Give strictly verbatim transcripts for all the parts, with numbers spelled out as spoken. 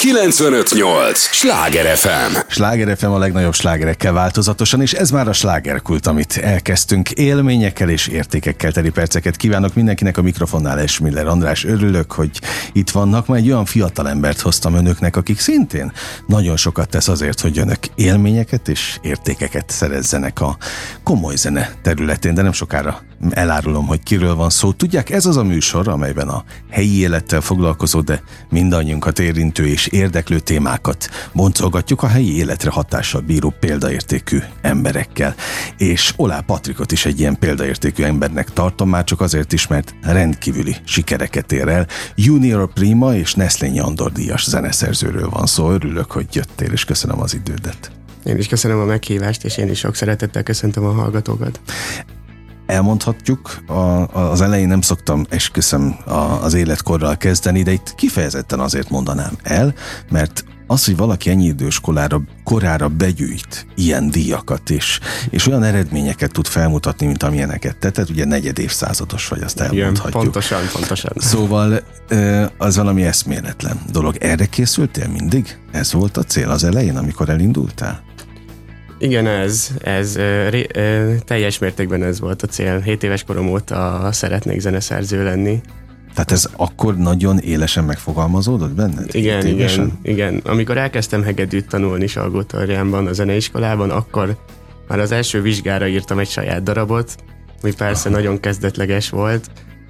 kilencvenöt nyolc Sláger ef em. Sláger ef em a legnagyobb slágerekkel változatosan, és ez már a slágerkult, amit elkezdtünk. Élményekkel és értékekkel teli perceket kívánok mindenkinek. A mikrofonnál Esmiller András. Örülök, hogy itt vannak. Ma egy olyan fiatal embert hoztam önöknek, akik szintén nagyon sokat tesz azért, hogy önök élményeket és értékeket szerezzenek a komoly zene területén, de nem sokára elárulom, hogy kiről van szó. Tudják, ez az a műsor, amelyben a helyi élettel foglalkozó, de mindannyiunkat érintő és érdeklő témákat boncolgatjuk a helyi életre hatással bíró példaértékű emberekkel. És Olá Patrikot is egy ilyen példaértékű embernek tartom, már csak azért is, mert rendkívüli sikereket ér el. Junior Prima és Neslényi Andor díjas zeneszerzőről van szó. Örülök, hogy jöttél, és köszönöm az idődet. Én is köszönöm a meghívást, és én is sok szeretettel köszöntöm a hallgatókat. Elmondhatjuk, a, az elején nem szoktam, esküszöm, a, az életkorral kezdeni, de itt kifejezetten azért mondanám el, mert az, hogy valaki ennyi idős korára, korára begyűjt ilyen díjakat, és, és olyan eredményeket tud felmutatni, mint amilyeneket te, tehát ugye negyed évszázados vagy, azt elmondhatjuk. Igen, pontosan, pontosan. Szóval az valami eszméletlen dolog. Erre készültél mindig? Ez volt a cél az elején, amikor elindultál? Igen, ez, ez ré, teljes mértékben ez volt a cél. Hét éves korom óta szeretnék zeneszerző lenni. Tehát ez akkor nagyon élesen megfogalmazódott benned? Igen, igen, igen. Amikor elkezdtem hegedűt tanulni Salgótarjánban, a zeneiskolában, akkor már az első vizsgára írtam egy saját darabot, ami persze Aha. nagyon kezdetleges volt,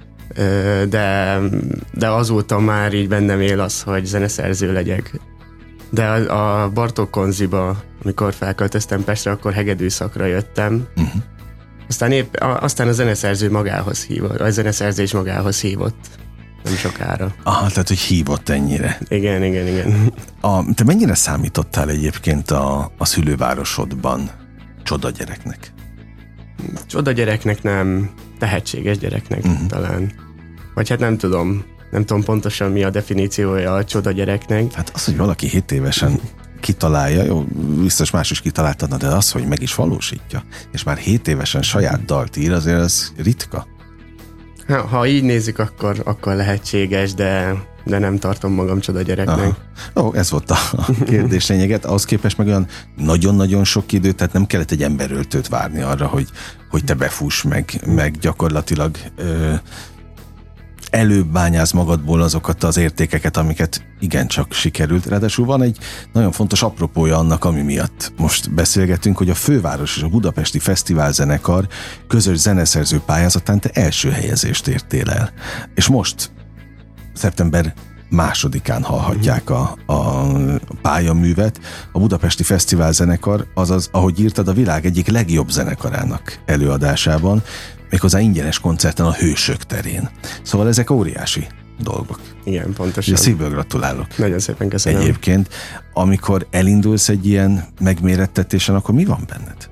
de, de azóta már így bennem él az, hogy zeneszerző legyek. De a, a Bartók Konziba, amikor felköltöztem Pestre, akkor hegedűszakra jöttem. Uh-huh. Aztán, épp, a, aztán a zeneszerző magához hívott, a zeneszerzés magához hívott, nem sokára. Aha, tehát, hogy hívott ennyire. Igen, igen, igen. A, te mennyire számítottál egyébként a, a szülővárosodban csoda gyereknek? Csoda gyereknek nem, tehetséges gyereknek uh-huh. talán. Vagy hát nem tudom. Nem tudom pontosan, mi a definíciója a csoda gyereknek. Hát az, hogy valaki hét évesen kitalálja, jó, biztos más is kitaláltad, de az, hogy meg is valósítja, és már hét évesen saját dalt ír, azért az ritka. Ha, ha így nézzük, akkor, akkor lehetséges, de, de nem tartom magam csoda gyereknek. Ó, ez volt a kérdés lényeget. Ahhoz képest meg olyan nagyon-nagyon sok idő, tehát nem kellett egy emberöltőt várni arra, hogy, hogy te befuss meg, meg gyakorlatilag ö, előbb bányáz magadból azokat az értékeket, amiket igencsak sikerült. Ráadásul van egy nagyon fontos apropója annak, ami miatt most beszélgetünk, hogy a Főváros és a Budapesti Fesztiválzenekar közös zeneszerző pályázatán te első helyezést értél el. És most, szeptember másodikán hallhatják a, a pályaművet. A Budapesti Fesztiválzenekar, azaz, ahogy írtad, a világ egyik legjobb zenekarának előadásában, méghozzá ingyenes koncerten a Hősök terén. Szóval ezek óriási dolgok. Igen, pontosan. Ugye szívből gratulálok. Nagyon szépen köszönöm. Egyébként, amikor elindulsz egy ilyen megmérettetésen, akkor mi van benned?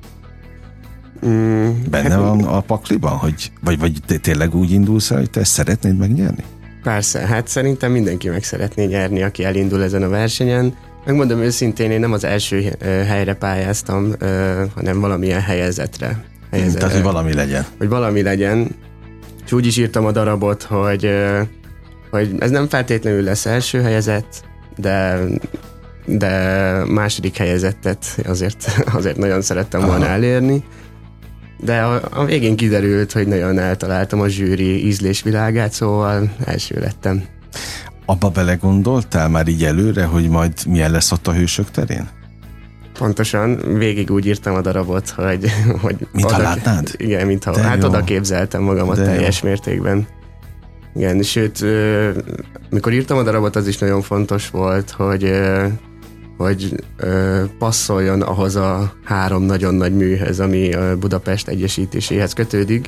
Mm, Benne hát, van a pakliban, hogy, vagy, vagy tényleg úgy indulsz el, hogy te ezt szeretnéd megnyerni? Persze, hát szerintem mindenki meg szeretné nyerni, aki elindul ezen a versenyen. Megmondom őszintén, én nem az első helyre pályáztam, hanem valamilyen helyezetre. Helyezet, Tehát, hogy valami legyen. Hogy valami legyen. És úgy is írtam a darabot, hogy, hogy ez nem feltétlenül lesz első helyezett, de, de második helyezettet azért, azért nagyon szerettem volna Aha. elérni. De a, a végén kiderült, hogy nagyon eltaláltam a zsűri ízlésvilágát, szóval első lettem. Abba belegondoltál már így előre, hogy majd milyen lesz ott a Hősök terén? Pontosan, végig úgy írtam a darabot, hogy... hogy mintha oda, látnád? Igen, mintha, hát jó. oda képzeltem magamat De teljes jó. mértékben. Igen, sőt, mikor írtam a darabot, az is nagyon fontos volt, hogy, hogy passzoljon ahhoz a három nagyon nagy műhöz, ami Budapest egyesítéséhez kötődik.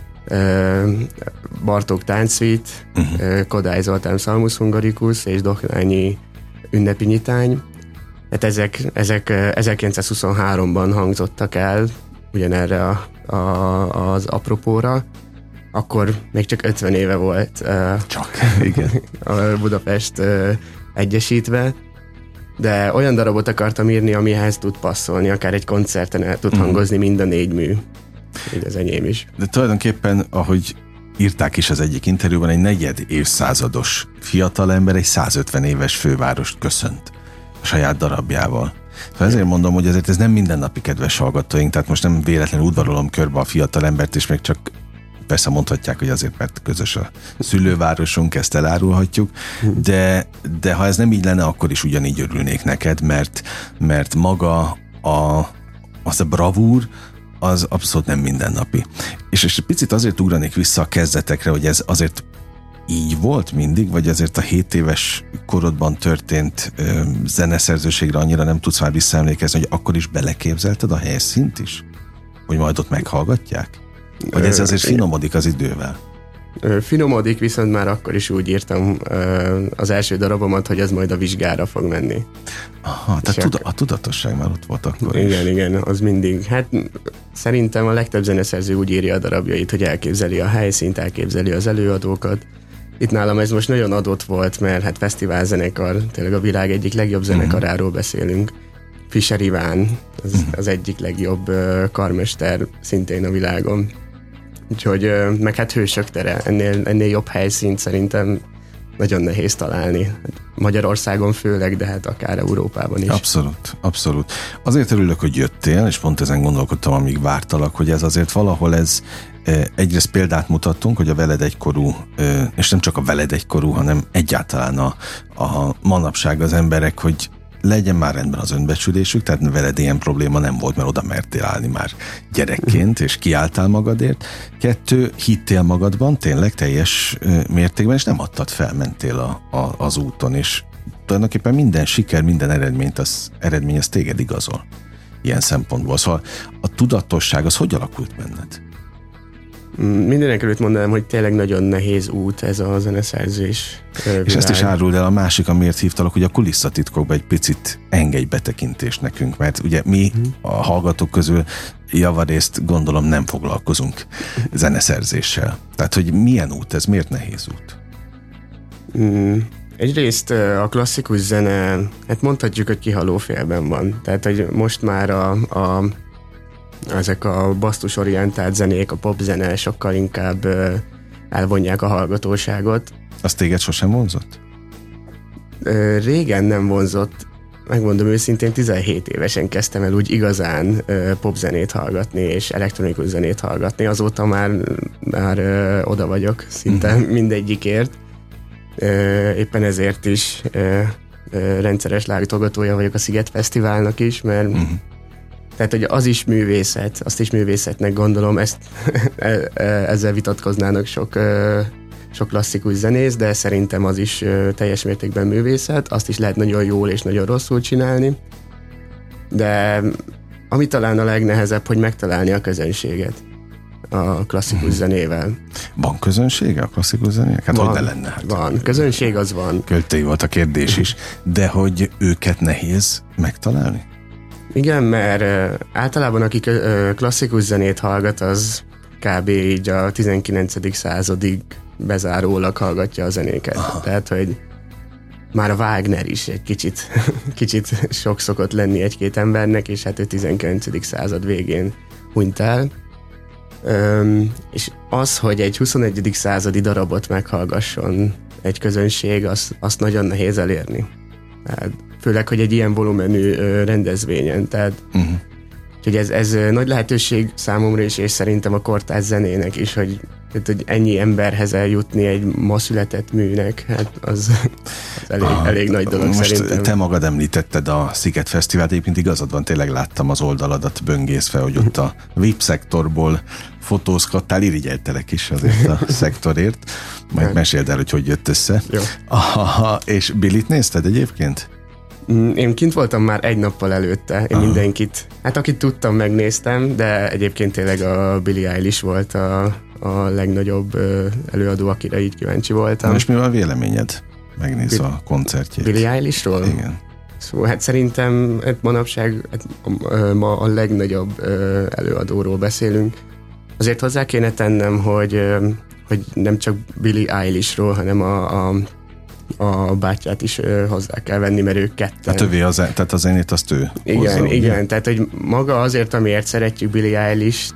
Bartók Táncsuite, uh-huh. Kodály Zoltán Szalmusz Hungarikus és Dohnányi Ünnepi Nyitány. Hát ezek, ezek ezerkilencszázhuszonháromban hangzottak el ugyanerre a, a, az apropóra. Akkor még csak ötven éve volt csak, igen. a Budapest egyesítve, de olyan darabot akartam írni, amihez tud passzolni, akár egy koncerten el tud hangozni mind a négy mű. Így az enyém is. De tulajdonképpen, ahogy írták is az egyik interjúban, egy negyed évszázados fiatalember egy százötven éves fővárost köszönt a saját darabjával. Szóval ezért mondom, hogy ezért ez nem mindennapi, kedves hallgatóink, tehát most nem véletlenül udvarolom körbe a fiatalembert, és még csak persze mondhatják, hogy azért, mert közös a szülővárosunk, ezt elárulhatjuk, de, de ha ez nem így lenne, akkor is ugyanígy örülnék neked, mert, mert maga a, az a bravúr, az abszolút nem mindennapi. És, és picit azért ugranék vissza a kezdetekre, hogy ez azért így volt mindig, vagy azért a hét éves korodban történt ö, zeneszerzőségre annyira nem tudsz már visszaemlékezni, hogy akkor is beleképzelted a helyszínt is? Hogy majd ott meghallgatják? Vagy ez azért finomodik az idővel? Finomodik, viszont már akkor is úgy írtam az első darabomat, hogy ez majd a vizsgára fog menni. Aha, tehát tuda, a tudatosság már ott volt akkor igen, is. Igen, az mindig. Hát szerintem a legtöbb zeneszerző úgy írja a darabjait, hogy elképzeli a helyszínt, elképzeli az előadókat. Itt nálam ez most nagyon adott volt, mert hát fesztiválzenekar, tényleg a világ egyik legjobb zenekaráról beszélünk. Fischer Iván, az, az egyik legjobb uh, karmester szintén a világon. Úgyhogy, uh, meg hát Hősök tere, ennél, ennél jobb helyszínt szerintem nagyon nehéz találni. Magyarországon főleg, de hát akár Európában is. Abszolút, abszolút. Azért örülök, hogy jöttél, és pont ezen gondolkodtam, amíg vártalak, hogy ez azért valahol ez egyrészt példát mutattunk, hogy a veled egykorú, és nem csak a veled egykorú, hanem egyáltalán a, a manapság az emberek, hogy legyen már rendben az önbecsülésük, tehát veled ilyen probléma nem volt, mert oda mertél állni már gyerekként, és kiálltál magadért. Kettő, hittél magadban, tényleg teljes mértékben, és nem adtad fel, mentél a, a, az úton, és tulajdonképpen minden siker, minden eredményt, az, eredmény az téged igazol ilyen szempontból. Szóval a tudatosság az hogy alakult benned? Mindenek előtt mondanám, hogy tényleg nagyon nehéz út ez a zeneszerzés világ. És ezt is áruld el, a másik, amiért hívtalak, hogy a kulisszatitkokba egy picit engedj betekintést nekünk, mert ugye mi a hallgatók közül javarészt gondolom nem foglalkozunk zeneszerzéssel. Tehát, hogy milyen út ez, miért nehéz út? Mm, egyrészt a klasszikus zene, hát mondhatjuk, hogy kihalófélben van. Tehát, hogy most már a, a ezek a basztusorientált zenék, a popzene sokkal inkább uh, elvonják a hallgatóságot. Az téged sosem vonzott? Uh, régen nem vonzott. Megmondom őszintén, tizenhét évesen kezdtem el úgy igazán uh, popzenét hallgatni, és elektronikus zenét hallgatni. Azóta már, már uh, oda vagyok szinte uh-huh. mindegyikért. Uh, éppen ezért is uh, uh, rendszeres látogatója vagyok a Sziget Fesztiválnak is, mert uh-huh. Tehát, hogy az is művészet, azt is művészetnek gondolom, ezt, ezzel vitatkoznának sok, sok klasszikus zenész, de szerintem az is teljes mértékben művészet, azt is lehet nagyon jól és nagyon rosszul csinálni, de ami talán a legnehezebb, hogy megtalálni a közönséget a klasszikus zenével. Van közönsége a klasszikus zenének? Hát van, hogy ne lenne? Hát van, közönség az van. Költői volt a kérdés is, de hogy őket nehéz megtalálni? Igen, mert uh, általában aki uh, klasszikus zenét hallgat, az kb. Így a tizenkilencedik századig bezárólag hallgatja a zenéket. Aha. Tehát, hogy már a Wagner is egy kicsit, kicsit sok szokott lenni egy-két embernek, és hát ő tizenkilencedik század végén hunyt el. Um, és az, hogy egy huszonegyedik századi darabot meghallgasson egy közönség, azt, azt nagyon nehéz elérni. Tehát főleg, hogy egy ilyen volumenű ö, rendezvényen, tehát uh-huh. hogy ez, ez nagy lehetőség számomra is, és szerintem a kortárs zenének is, hogy, hogy ennyi emberhez eljutni egy ma született műnek, hát az, az elég, ah, elég nagy dolog most szerintem. Te magad említetted a Sziget Fesztivált, egyébként igazad van, tényleg láttam az oldaladat böngészve, hogy ott a vé i pé szektorból fotózkodtál, irigyeltelek is azért a szektorért, majd hát. Meséld el, hogy hogy jött össze. Jó. Aha, és Billit nézted egyébként? Én kint voltam már egy nappal előtte, én Aha. mindenkit, hát akit tudtam, megnéztem, de egyébként tényleg a Billie Eilish volt a, a legnagyobb előadó, akire így kíváncsi voltam. Na, és mi van a véleményed? Megnézve Bill- a koncertjét. Billie Eilishról? Igen. Szóval hát szerintem hát manapság hát, ma a legnagyobb előadóról beszélünk. Azért hozzá kéne tennem, hogy, hogy nem csak Billie Eilishról, hanem a, a a bátyját is ö, hozzá kell venni, mert ők ketten. Hát övé az, tehát a zenét azt ő Igen, hozzá, igen, ugye? Tehát hogy maga azért, amiért szeretjük Billie Eilish-t,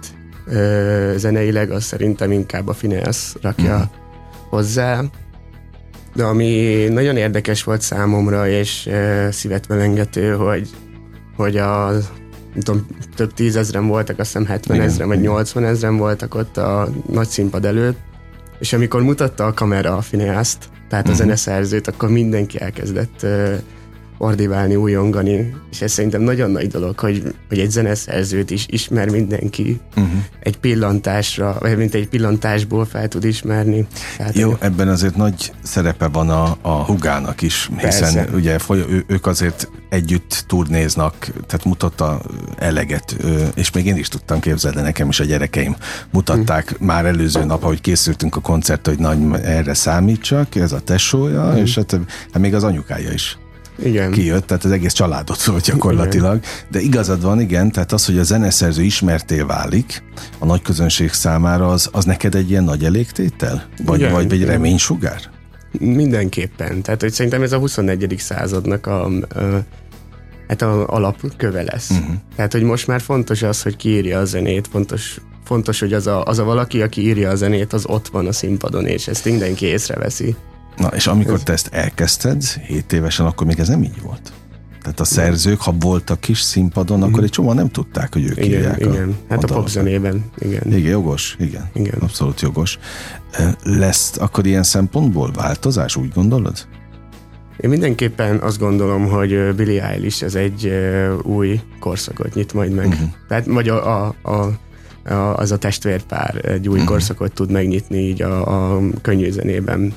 ö, zeneileg, az szerintem inkább a Phineas rakja uh-huh. hozzá. De ami nagyon érdekes volt számomra, és ö, szívet melengető, hogy, hogy a nem tudom, több tízezren voltak, azt hiszem hetvenezren vagy nyolcvanezren voltak ott a nagy színpad előtt, és amikor mutatta a kamera a Phineast, tehát uh-huh. a zeneszerzőt, akkor mindenki elkezdett uh, ordibálni, újongani, és ez szerintem nagyon nagy dolog, hogy, hogy egy zeneszerzőt is ismer mindenki, uh-huh. egy pillantásra, vagy mint egy pillantásból fel tud ismerni. Tehát jó, egy... ebben azért nagy szerepe van a, a Hugának is, hiszen Persze. ugye ő, ők azért együtt turnéznak, tehát mutatta eleget, és még én is tudtam képzelni, nekem is a gyerekeim mutatták hmm. már előző nap, ahogy készültünk a koncertre, hogy nagy erre számítsak, ez a tesója, hmm. és hát, hát még az anyukája is. Igen. Kijött, tehát az egész családot szólt gyakorlatilag. Igen. De igazad van, igen, tehát az, hogy a zeneszerző ismerté válik a nagy közönség számára, az, az neked egy ilyen nagy elégtétel? Vagy, igen, vagy egy reménysugár? Mindenképpen. Tehát, hogy szerintem ez a huszonegyedik századnak a, a, hát a alapköve lesz. Uh-huh. Tehát, hogy most már fontos az, hogy ki írja a zenét, fontos, fontos hogy az a, az a valaki, aki írja a zenét, az ott van a színpadon, és ezt mindenki észreveszi. Na, és amikor ez... te ezt elkezdted, hét évesen, akkor még ez nem így volt. Tehát a szerzők, ha voltak kis színpadon, akkor egy csomóan nem tudták, hogy ők igen, írják igen. a Hát a popzenében, igen. Igen, jogos, igen. igen. Abszolút jogos. Lesz akkor ilyen szempontból változás, úgy gondolod? Én mindenképpen azt gondolom, hogy Billie Eilish ez egy új korszakot nyit majd meg. Uh-huh. Tehát, vagy a, a, a, a, az a testvérpár egy új uh-huh. korszakot tud megnyitni így a, a könnyű zenében.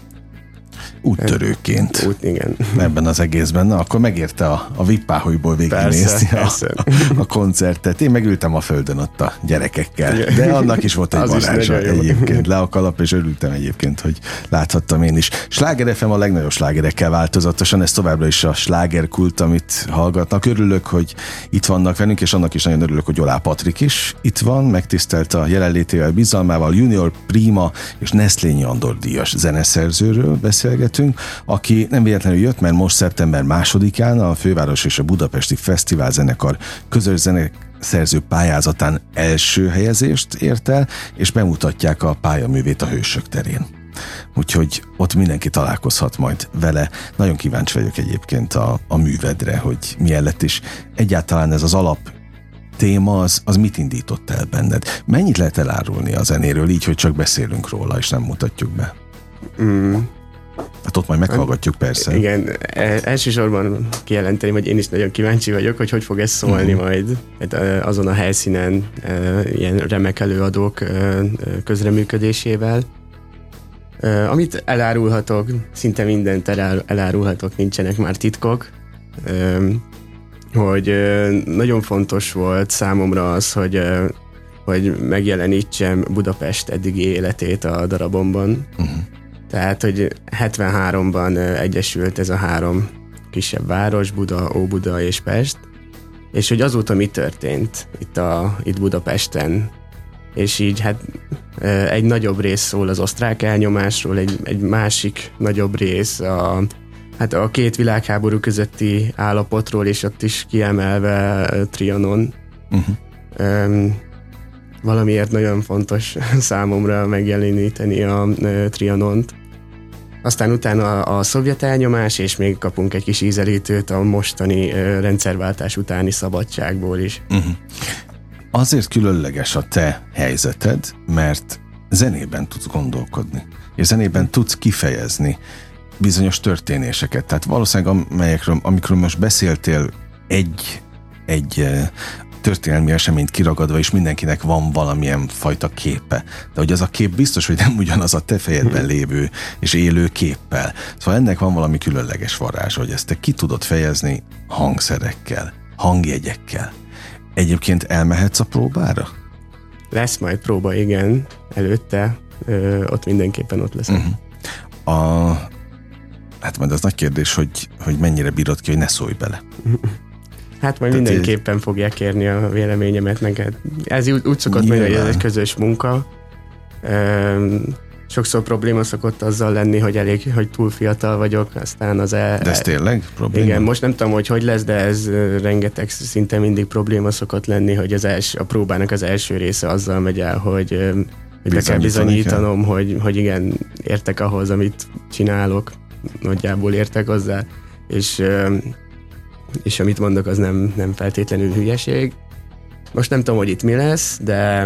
Úttörőként. Út, igen. Ebben az egészben. Na, akkor megérte a, a vippáholyból végignézni a, a koncertet. Én megültem a földön ott a gyerekekkel. Igen. De annak is volt egy varázsa egyébként. Le a kalap, és örültem egyébként, hogy láthattam én is. Sláger ef em a legnagyobb slágerekkel változatosan, ez továbbra is a slágerkult, amit hallgatnak. Örülök, hogy itt vannak velünk, és annak is nagyon örülök, hogy Olá Patrik is itt van, megtisztelt a jelenlétével, bizalmával, Junior Prima és Neszlényi Andor díjas zeneszerzőről beszélgetünk, aki nem véletlenül jött, mert most szeptember másodikán a Főváros és a Budapesti Fesztivál Zenekar közös zeneszerző pályázatán első helyezést ért el, és bemutatják a pályaművét a Hősök terén. Úgyhogy ott mindenki találkozhat majd vele. Nagyon kíváncsi vagyok egyébként a, a művedre, hogy milyen lett, és egyáltalán ez az alap téma, az, az mit indított el benned? Mennyit lehet elárulni a zenéről, így, hogy csak beszélünk róla, és nem mutatjuk be? Mm. Hát ott majd meghallgatjuk, persze. Igen, elsősorban kijelenteni, hogy én is nagyon kíváncsi vagyok, hogy hogy fog ez szólni uh-huh. majd hát azon a helyszínen ilyen remek előadók közreműködésével. Amit elárulhatok, szinte mindent elárulhatok, nincsenek már titkok, hogy nagyon fontos volt számomra az, hogy, hogy megjelenítsem Budapest eddigi életét a darabomban. Uh-huh. Tehát, hogy hetvenháromban egyesült ez a három kisebb város, Buda, Óbuda és Pest, és hogy azóta mi történt itt, a, itt Budapesten, és így hát egy nagyobb rész szól az osztrák elnyomásról, egy, egy másik nagyobb rész a, hát a két világháború közötti állapotról, és ott is kiemelve Trianon. Uh-huh. Um, valamiért nagyon fontos számomra megjeleníteni a uh, Trianont. Aztán utána a, a szovjet elnyomás, és még kapunk egy kis ízelítőt a mostani uh, rendszerváltás utáni szabadságból is. Uh-huh. Azért különleges a te helyzeted, mert zenében tudsz gondolkodni, és zenében tudsz kifejezni bizonyos történéseket. Tehát valószínűleg amelyekről, amikről most beszéltél, egy, egy történelmi eseményt kiragadva, és mindenkinek van valamilyen fajta képe. De hogy az a kép biztos, hogy nem ugyanaz a te fejedben lévő és élő képpel. Szóval ennek van valami különleges varázs, hogy ezt te ki tudod fejezni hangszerekkel, hangjegyekkel. Egyébként elmehetsz a próbára? Lesz majd próba, igen. Előtte ö, ott mindenképpen ott leszek. Uh-huh. A... Hát majd az nagy kérdés, hogy, hogy mennyire bírod ki, hogy ne szólj bele. Hát majd Tehát mindenképpen egy... fogják kérni a véleményemet, meg ez úgy, úgy szokott menni, hogy ez egy közös munka. Ö, sokszor probléma szokott azzal lenni, hogy elég, hogy túl fiatal vagyok, aztán az el... De ez tényleg probléma? Igen, most nem tudom, hogy hogy lesz, de ez rengeteg, szinte mindig probléma szokott lenni, hogy az els, a próbának az első része azzal megy el, hogy, hogy be kell bizonyítanom, hogy, hogy igen, értek ahhoz, amit csinálok, nagyjából értek hozzá, és, és amit mondok, az nem, nem feltétlenül hülyeség. Most nem tudom, hogy itt mi lesz, de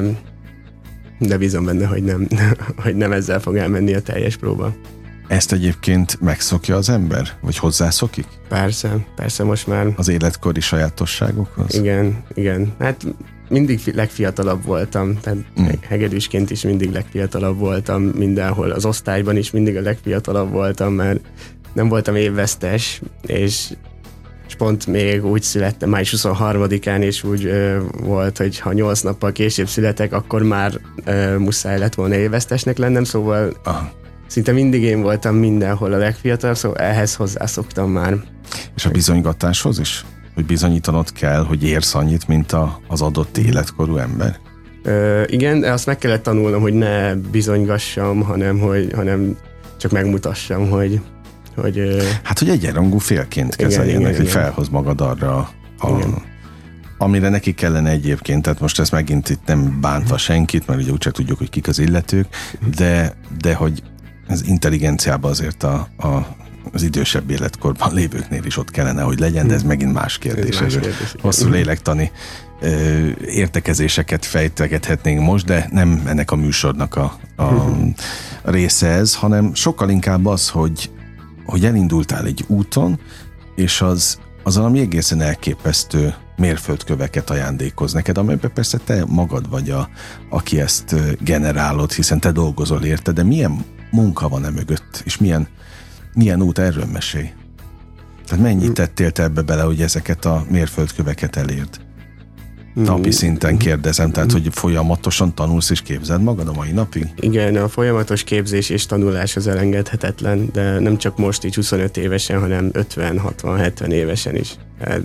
de bízom benne, hogy nem, hogy nem ezzel fog elmenni a teljes próba. Ezt egyébként megszokja az ember? Vagy hozzászokik? Persze, persze most már. Az életkori sajátosságokhoz? Igen, igen. Hát mindig legfiatalabb voltam, tehát mm. hegedűsként is mindig legfiatalabb voltam, mindenhol. Az osztályban is mindig a legfiatalabb voltam, mert nem voltam évvesztes, és és pont még úgy születtem, május huszonharmadikán, és úgy ö, volt, hogy ha nyolc nappal később születek, akkor már ö, muszáj lett volna évvesztesnek lennem, szóval Aha. szinte mindig én voltam mindenhol a legfiatalabb, szóval ehhez hozzászoktam már. És a bizonygatáshoz is? Hogy bizonyítanod kell, hogy érsz annyit, mint a, az adott életkorú ember? Ö, igen, de azt meg kellett tanulnom, hogy ne bizonygassam, hanem, hogy, hanem csak megmutassam, hogy Hogy, hát, hogy egyenrangú félként kezeljenek, hogy felhoz magad arra, a, amire neki kellene egyébként, tehát most ez megint itt nem bántva senkit, mert ugye úgyse tudjuk, hogy kik az illetők, de, de hogy ez intelligenciában azért a, a, az idősebb életkorban lévőknél is ott kellene, hogy legyen, de ez megint más kérdés. Ez kérdés hosszú lélektani ö, értekezéseket fejtegethetnénk most, de nem ennek a műsornak a, a része ez, hanem sokkal inkább az, hogy hogy elindultál egy úton, és az, az valami egészen elképesztő mérföldköveket ajándékoz neked, amelyben persze te magad vagy, a, aki ezt generálod, hiszen te dolgozol érte, de milyen munka van e mögött, és milyen, milyen út, erről mesélj. Tehát mennyit tettél te ebbe bele, hogy ezeket a mérföldköveket elérd? Napi szinten kérdezem, tehát hogy folyamatosan tanulsz és képzeld magad a mai napig? Igen, a folyamatos képzés és tanulás az elengedhetetlen, de nem csak most így huszonöt évesen, hanem ötven, hatvan, hetven évesen is.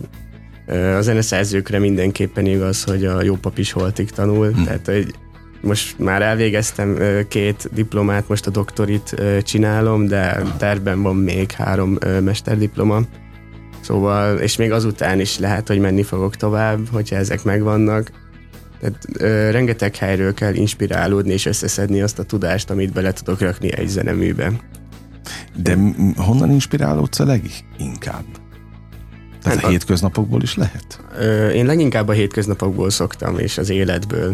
A zeneszerzőkre mindenképpen igaz, hogy a jó pap is holtig tanul, hmm. tehát hogy most már elvégeztem két diplomát, most a doktorit csinálom, de tervben van még három mesterdiploma. Szóval, és még azután is lehet, hogy menni fogok tovább, hogyha ezek megvannak. Tehát ö, rengeteg helyről kell inspirálódni és összeszedni azt a tudást, amit bele tudok rakni egy zeneműbe. De m- honnan inspirálódsz a leginkább? Tehát hát a, a hétköznapokból is lehet? Ö, én leginkább a hétköznapokból szoktam, és az életből.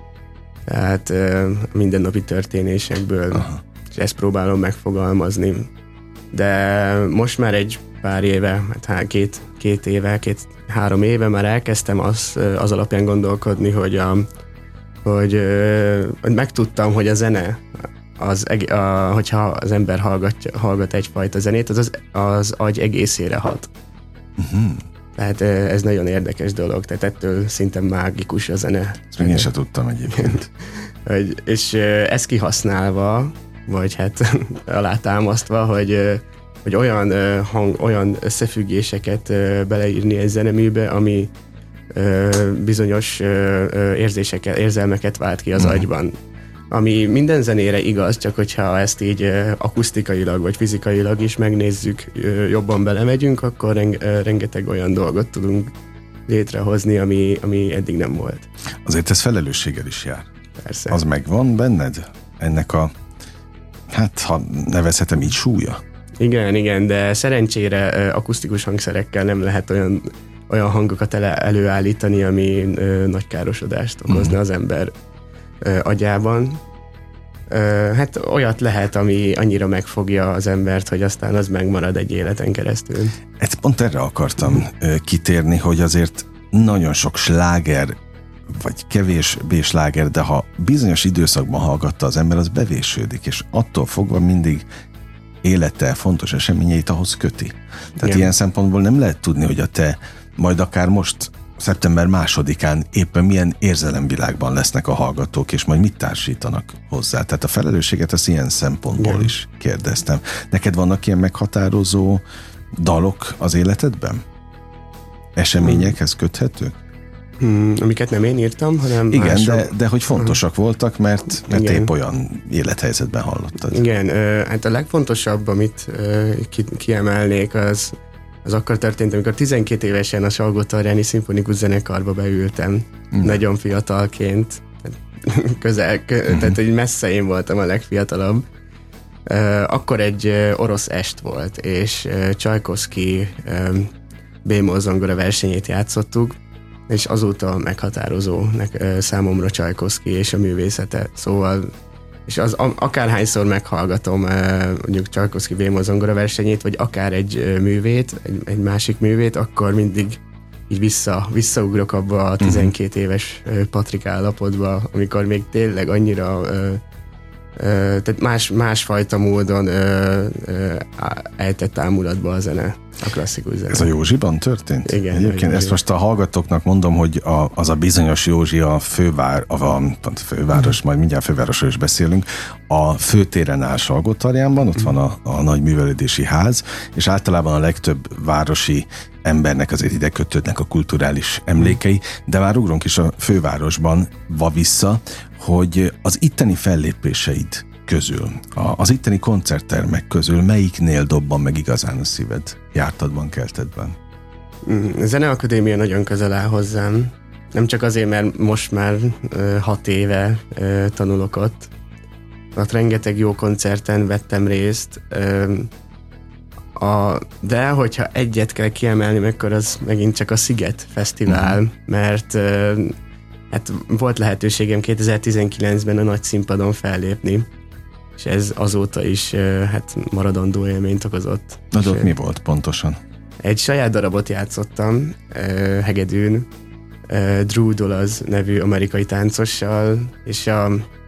Tehát ö, mindennapi történésekből. Aha. És ezt próbálom megfogalmazni. De most már egy pár éve, hát két, két éve, két, három éve már elkezdtem az, az alapján gondolkodni, hogy, a, hogy, hogy megtudtam, hogy a zene, az, a, hogyha az ember hallgat, hallgat egyfajta zenét, az, az az agy egészére hat. Uh-huh. Tehát ez nagyon érdekes dolog, tehát ettől szinte mágikus a zene. Ezt még én sem tudtam egyébként. hogy, és ezt kihasználva, vagy hát alátámasztva, hogy hogy olyan, hang, olyan összefüggéseket beleírni egy zeneműbe, ami bizonyos érzéseket, érzelmeket vált ki az agyban. Ami minden zenére igaz, csak hogyha ezt így akusztikailag vagy fizikailag is megnézzük, jobban belemegyünk, akkor rengeteg olyan dolgot tudunk létrehozni, ami, ami eddig nem volt. Azért ez felelősséggel is jár. Persze. Az megvan benned? Ennek a, hát ha nevezhetem így, súlya? Igen, igen, de szerencsére akusztikus hangszerekkel nem lehet olyan, olyan hangokat ele, előállítani, ami ö, nagy károsodást okozna az ember ö, agyában. Ö, hát olyat lehet, ami annyira megfogja az embert, hogy aztán az megmarad egy életen keresztül. Hát pont erre akartam ö, kitérni, hogy azért nagyon sok sláger, vagy kevésbé sláger, de ha bizonyos időszakban hallgatta az ember, az bevésődik, és attól fogva mindig élete fontos eseményeit ahhoz köti. Tehát igen. Ilyen szempontból nem lehet tudni, hogy a te majd akár most szeptember másodikán éppen milyen érzelemvilágban lesznek a hallgatók, és majd mit társítanak hozzá. Tehát a felelősséget az ilyen szempontból igen. is kérdeztem. Neked vannak ilyen meghatározó dalok az életedben? Eseményekhez köthetők? Hmm, amiket nem én írtam, hanem Igen, mások. de, de hogy fontosak voltak, mert, mert Igen. épp olyan élethelyzetben hallottad. Igen, ö, hát a legfontosabb, amit ö, ki, kiemelnék, az, az akkor történt, amikor tizenkét évesen a Salgótarjáni Szimfonikus Zenekarba beültem. Mm. Nagyon fiatalként. Közel, kö, mm-hmm. tehát hogy messze én voltam a legfiatalabb. Ö, akkor egy ö, orosz est volt, és ö, Csajkovszky ö, B-moll zongora versenyét játszottuk, és azóta meghatározó ö, számomra Csajkovszky és a művészete. Szóval és az akárhányszor meghallgatom mondjuk Csajkovszky B-moll zongora versenyét, vagy akár egy művét, egy, egy másik művét, akkor mindig így vissza, visszaugrok abba a tizenkét éves Patrik állapotba, amikor még tényleg annyira ö, ö, tehát más, másfajta módon ö, ö, ejtett ámulatba a zene, a klasszikus zene. Ez a Józsiban történt? Igen. Egyébként ezt most a hallgatóknak mondom, hogy a, az a bizonyos Józsi a fővár, a, a főváros, majd mindjárt fővárosról is beszélünk, a főtéren áll Salgótarjánban, ott van a, a nagy művelődési ház, és általában a legtöbb városi embernek azért ide kötődnek a kulturális emlékei, de már ugrunk is a fővárosban va vissza, hogy az itteni fellépéseid közül, az itteni koncerttermek közül melyiknél dobban meg igazán a szíved jártadban, keltedben? A Zeneakadémia nagyon közel áll hozzám. Nem csak azért, mert most már ö, hat éve ö, tanulok ott. Ott rengeteg jó koncerten vettem részt. Ö, a, de hogyha egyet kell kiemelni, akkor az megint csak a Sziget Fesztivál, uh-huh. mert ö, hát volt lehetőségem kétezer-tizenkilencben a nagy színpadon fellépni, és ez azóta is hát maradandó élményt okozott. Na, de ott mi volt pontosan? Egy saját darabot játszottam hegedűn, Drew Dolaz nevű amerikai táncossal, és a,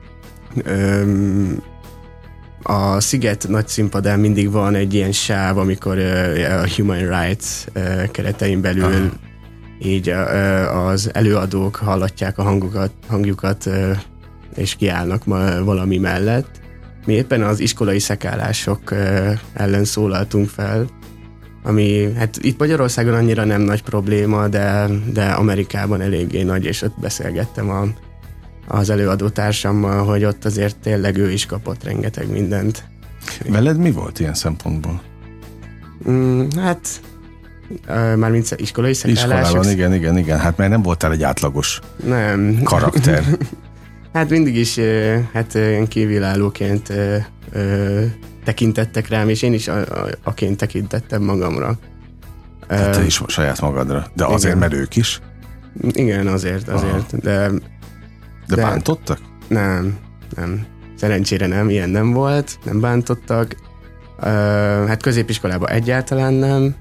a Sziget nagy színpadán mindig van egy ilyen sáv, amikor a Human Rights keretein belül Aha. így az előadók hallatják a hangukat, hangjukat, és kiállnak valami mellett. Mi éppen az iskolai szekálások ellen szólaltunk fel, ami hát itt Magyarországon annyira nem nagy probléma, de, de Amerikában eléggé nagy, és ott beszélgettem a, az előadótársammal, hogy ott azért tényleg ő is kapott rengeteg mindent. Veled mi volt ilyen szempontból? Mm, hát mármint iskolai szekálások. Iskolában, igen, igen, igen. Hát mert nem voltál egy átlagos nem. karakter. Hát mindig is hát ilyen kívülállóként ö, ö, tekintettek rám, és én is a, a, aként tekintettem magamra. Hát te is saját magadra. De azért, igen. Mert ők is? Igen, azért, azért. De, de, de bántottak? Nem, nem. Szerencsére nem, ilyen nem volt, nem bántottak. Ö, hát középiskolában egyáltalán nem.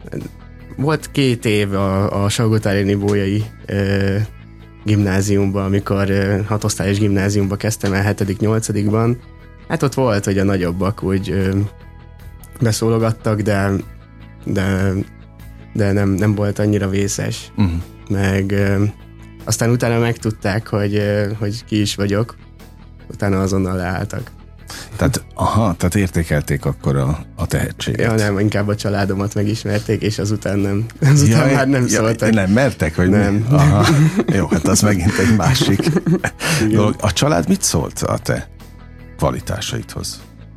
Volt két év a, a Salgótarjáni Bolyai ö, gimnáziumban, amikor uh, hatosztályos gimnáziumba kezdtem el hetedik-nyolcadikban. Hát ott volt, hogy a nagyobbak úgy uh, beszólogattak, de, de, de nem, nem volt annyira vészes. Uh-huh. Meg uh, aztán utána megtudták, hogy, uh, hogy ki is vagyok. Utána azonnal leálltak. Tehát, aha, tehát értékelték akkor a, a tehetséget. Ja, nem, inkább a családomat megismerték, és azután nem. Azután ja, már nem ja, szóltak. Nem mertek, vagy nem? Mi? Aha. Jó, hát az megint egy másik dolog. A család mit szólt a te kvalitásaidhoz?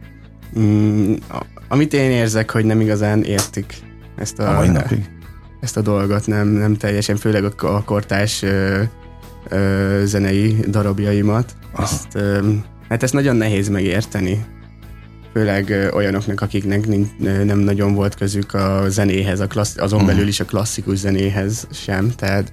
Mm, amit én érzek, hogy nem igazán értik ezt a, a mai napig? Ezt a dolgot, nem, nem teljesen, főleg a, a kortárs ö, ö, zenei darabjaimat. Ezt, ö, hát ezt nagyon nehéz megérteni. Főleg ö, olyanoknak, akiknek nincs, nem nagyon volt közük a zenéhez, a klassz, azon uh-huh. belül is a klasszikus zenéhez sem, tehát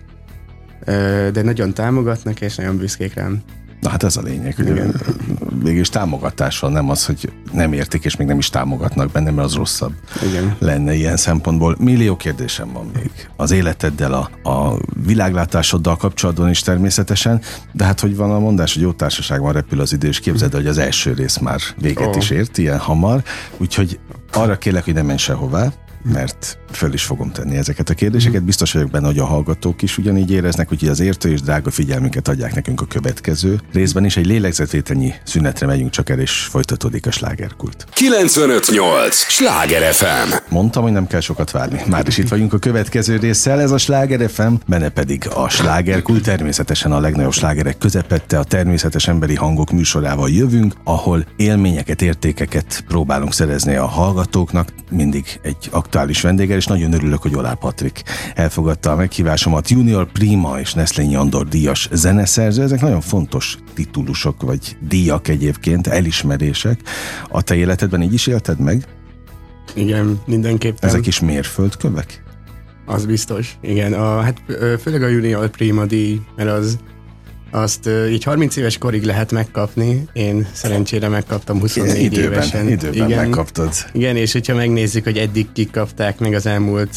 ö, de nagyon támogatnak, és nagyon büszkék rám. Na hát ez a lényeg, hogy végülis támogatás van, nem az, hogy nem értik, és még nem is támogatnak benne, mert az rosszabb Igen. lenne ilyen szempontból. Millió kérdésem van még az életeddel, a, a világlátásoddal kapcsolatban is természetesen, de hát hogy van a mondás, hogy jó társaságban repül az idő, és képzeld, hogy az első rész már véget oh. is ért, ilyen hamar, úgyhogy arra kérlek, hogy ne menj sehová, mert föl is fogom tenni ezeket a kérdéseket. Biztos vagyok benne, hogy a hallgatók is ugyanígy éreznek, úgyhogy az értő és drága figyelmünket adják nekünk a következő részben is. Egy lélegzetvételnyi szünetre megyünk csak el, és folytatódik a slágerkult. kilencvenöt nyolc Sláger ef em. Mondtam, hogy nem kell sokat várni. Már is itt vagyunk a következő résszel, ez a Sláger ef em, benne pedig a slágerkult, természetesen a legnagyobb slágerek közepette, a természetes emberi hangok műsorával jövünk, ahol élményeket, értékeket próbálunk szerezni a hallgatóknak, mindig egy aktuális vendéggel, és nagyon örülök, hogy Oláh Patrik elfogadta a meghívásomat. Junior Prima és Neslényi Andor díjas zeneszerző, ezek nagyon fontos titulusok, vagy díjak egyébként, elismerések. A te életedben így is élted meg? Igen, mindenképpen. Ezek is mérföldkövek? Az biztos, igen. A, hát főleg a Junior Prima díj, mert az azt így harminc éves korig lehet megkapni. Én szerencsére megkaptam huszonnégy időben, évesen. Időben igen, megkaptad. Igen, és hogyha megnézzük, hogy eddig kik kapták meg az elmúlt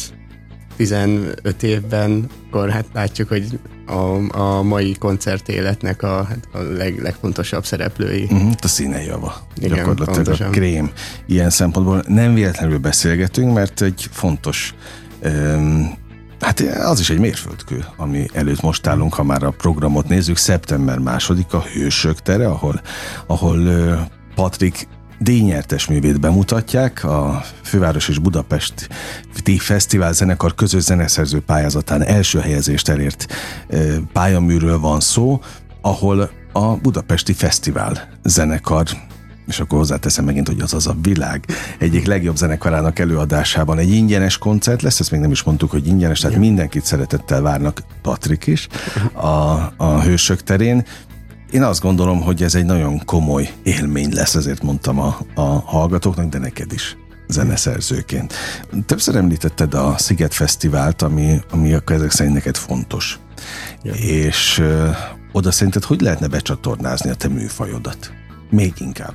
tizenöt évben, akkor hát látjuk, hogy a, a mai koncertéletnek a, hát a leg, legfontosabb szereplői. Uh-huh, a színejava. Igen, gyakorlatilag pontosan. A krém. Ilyen szempontból nem véletlenül beszélgetünk, mert egy fontos um, hát az is egy mérföldkő, ami előtt most állunk, ha már a programot nézzük. Szeptember másodika, Hősök tere, ahol, ahol uh, Patrik díjnyertes művét bemutatják, a Főváros és Budapesti Fesztivál zenekar közös zeneszerző pályázatán első helyezést elért uh, pályaműről van szó, ahol a Budapesti Fesztivál zenekar, és akkor hozzáteszem megint, hogy az az a világ egyik legjobb zenekarának előadásában egy ingyenes koncert lesz, ezt még nem is mondtuk, hogy ingyenes, tehát mindenkit szeretettel várnak, Patrik is, a, a Hősök terén. Én azt gondolom, hogy ez egy nagyon komoly élmény lesz, ezért mondtam a, a hallgatóknak, de neked is zeneszerzőként. Többször említetted a Sziget Fesztivált, ami, ami akkor ezek szerint neked fontos. Ja. És ö, oda szerinted hogy lehetne becsatornázni a te műfajodat? Még inkább.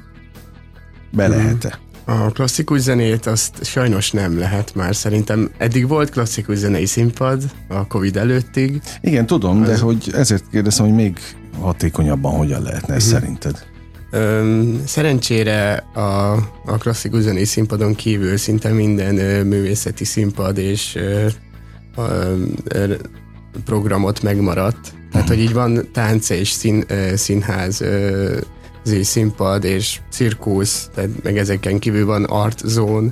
Be lehet-e? A klasszikus zenét azt sajnos nem lehet már. Szerintem eddig volt klasszikus zenei színpad a Covid előttig. Igen, tudom, az... de hogy ezért kérdezem, hogy még hatékonyabban hogyan lehetne ez uh-huh. szerinted? Öm, szerencsére a, a klasszikus zenei színpadon kívül szinte minden ö, művészeti színpad és ö, ö, ö, programot megmaradt. Tehát, uh-huh. hogy így van tánc és szín, ö, színház, ö, színpad és cirkusz, tehát meg ezeken kívül van art zone.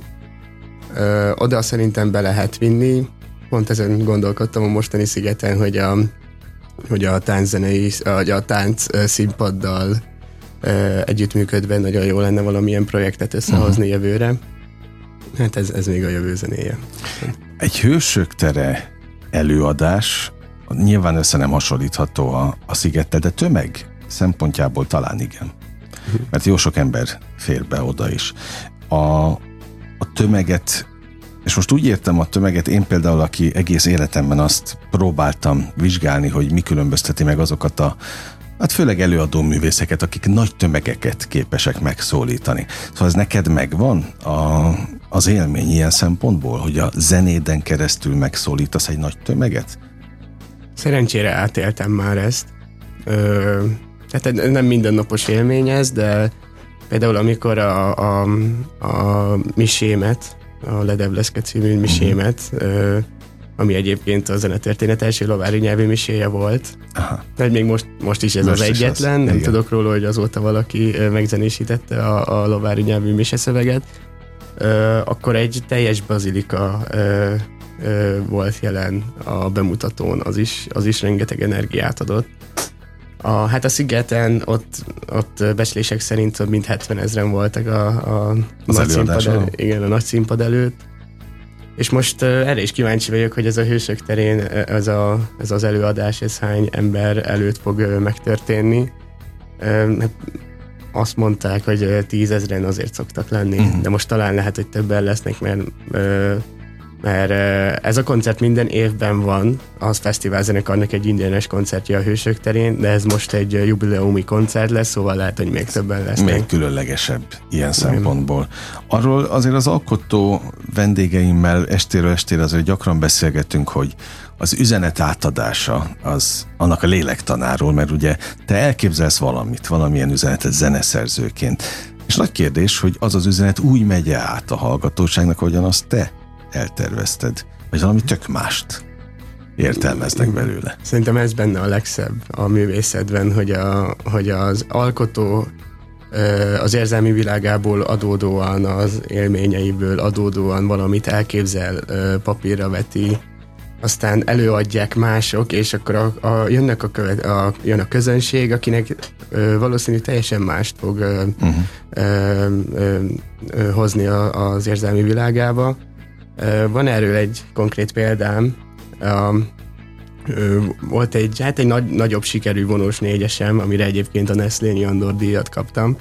Ö, oda szerintem be lehet vinni. Pont ezen gondolkodtam a mostani szigeten, hogy a, hogy a tánczenei, vagy a tánc színpaddal ö, együttműködve nagyon jó lenne valamilyen projektet összehozni uh-huh. jövőre. Hát ez, ez még a jövő zenéje. Egy Hősök tere előadás nyilván össze nem hasonlítható a, a Szigettel, de tömeg szempontjából talán igen. Mert jó sok ember fér be oda is. A, a tömeget, és most úgy értem a tömeget, én például, aki egész életemben azt próbáltam vizsgálni, hogy mi különbözteti meg azokat a, hát főleg előadó művészeket, akik nagy tömegeket képesek megszólítani. Szóval ez neked megvan a, az élmény ilyen szempontból, hogy a zenéden keresztül megszólítasz egy nagy tömeget? Szerencsére átéltem már ezt. Ö, tehát nem mindennapos élmény ez, de például amikor a, a, a misémet, a Ledevleszke című misémet, ö, ami egyébként a zenetörténet első lovári nyelvű miséje volt. Aha. Tehát még most, most is ez most az egyetlen, az. Nem igen. tudok róla, hogy azóta valaki megzenésítette a, a lovári nyelvű miseszöveget. Ö, akkor egy teljes bazilika ö, ö, volt jelen a bemutatón, az is, az is rengeteg energiát adott. A, hát a Szigeten ott, ott becslések szerint több mint hetven ezren voltak a, a, nagy színpad, el, igen, a nagy színpad előtt. És most uh, erre is kíváncsi vagyok, hogy ez a Hősök terén, ez, a, ez az előadás, ez hány ember előtt fog uh, megtörténni. Uh, azt mondták, hogy uh, tízezren azért szoktak lenni, uh-huh. de most talán lehet, hogy többen lesznek, mert uh, mert ez a koncert minden évben van, az fesztiválzenekarnak egy ingyenes koncertje a Hősök terén, de ez most egy jubileumi koncert lesz, szóval lehet, hogy még többen lesznek. Még különlegesebb ilyen szempontból. Arról azért az alkotó vendégeimmel estéről estére azért gyakran beszélgetünk, hogy az üzenet átadása az annak a lélektanáról, mert ugye te elképzelsz valamit, valamilyen üzenetet zeneszerzőként, és nagy kérdés, hogy az az üzenet úgy megy át a hallgatóságnak, ahogyan azt te eltervezted? Vagy valami tök mást értelmeznek belőle? Szerintem ez benne a legszebb a művészetben, hogy, a, hogy az alkotó az érzelmi világából adódóan, az élményeiből adódóan valamit elképzel, papírra veti, aztán előadják mások, és akkor a, a, jönnek a, követ, a, jön a közönség, akinek ö, valószínű teljesen mást fog ö, uh-huh. ö, ö, ö, hozni a, az érzelmi világába. Ö, van erről egy konkrét példám. Ö, ö, volt egy, hát egy nagy, nagyobb sikerű vonós négyesem, amire egyébként a Nestlé Andor díjat kaptam.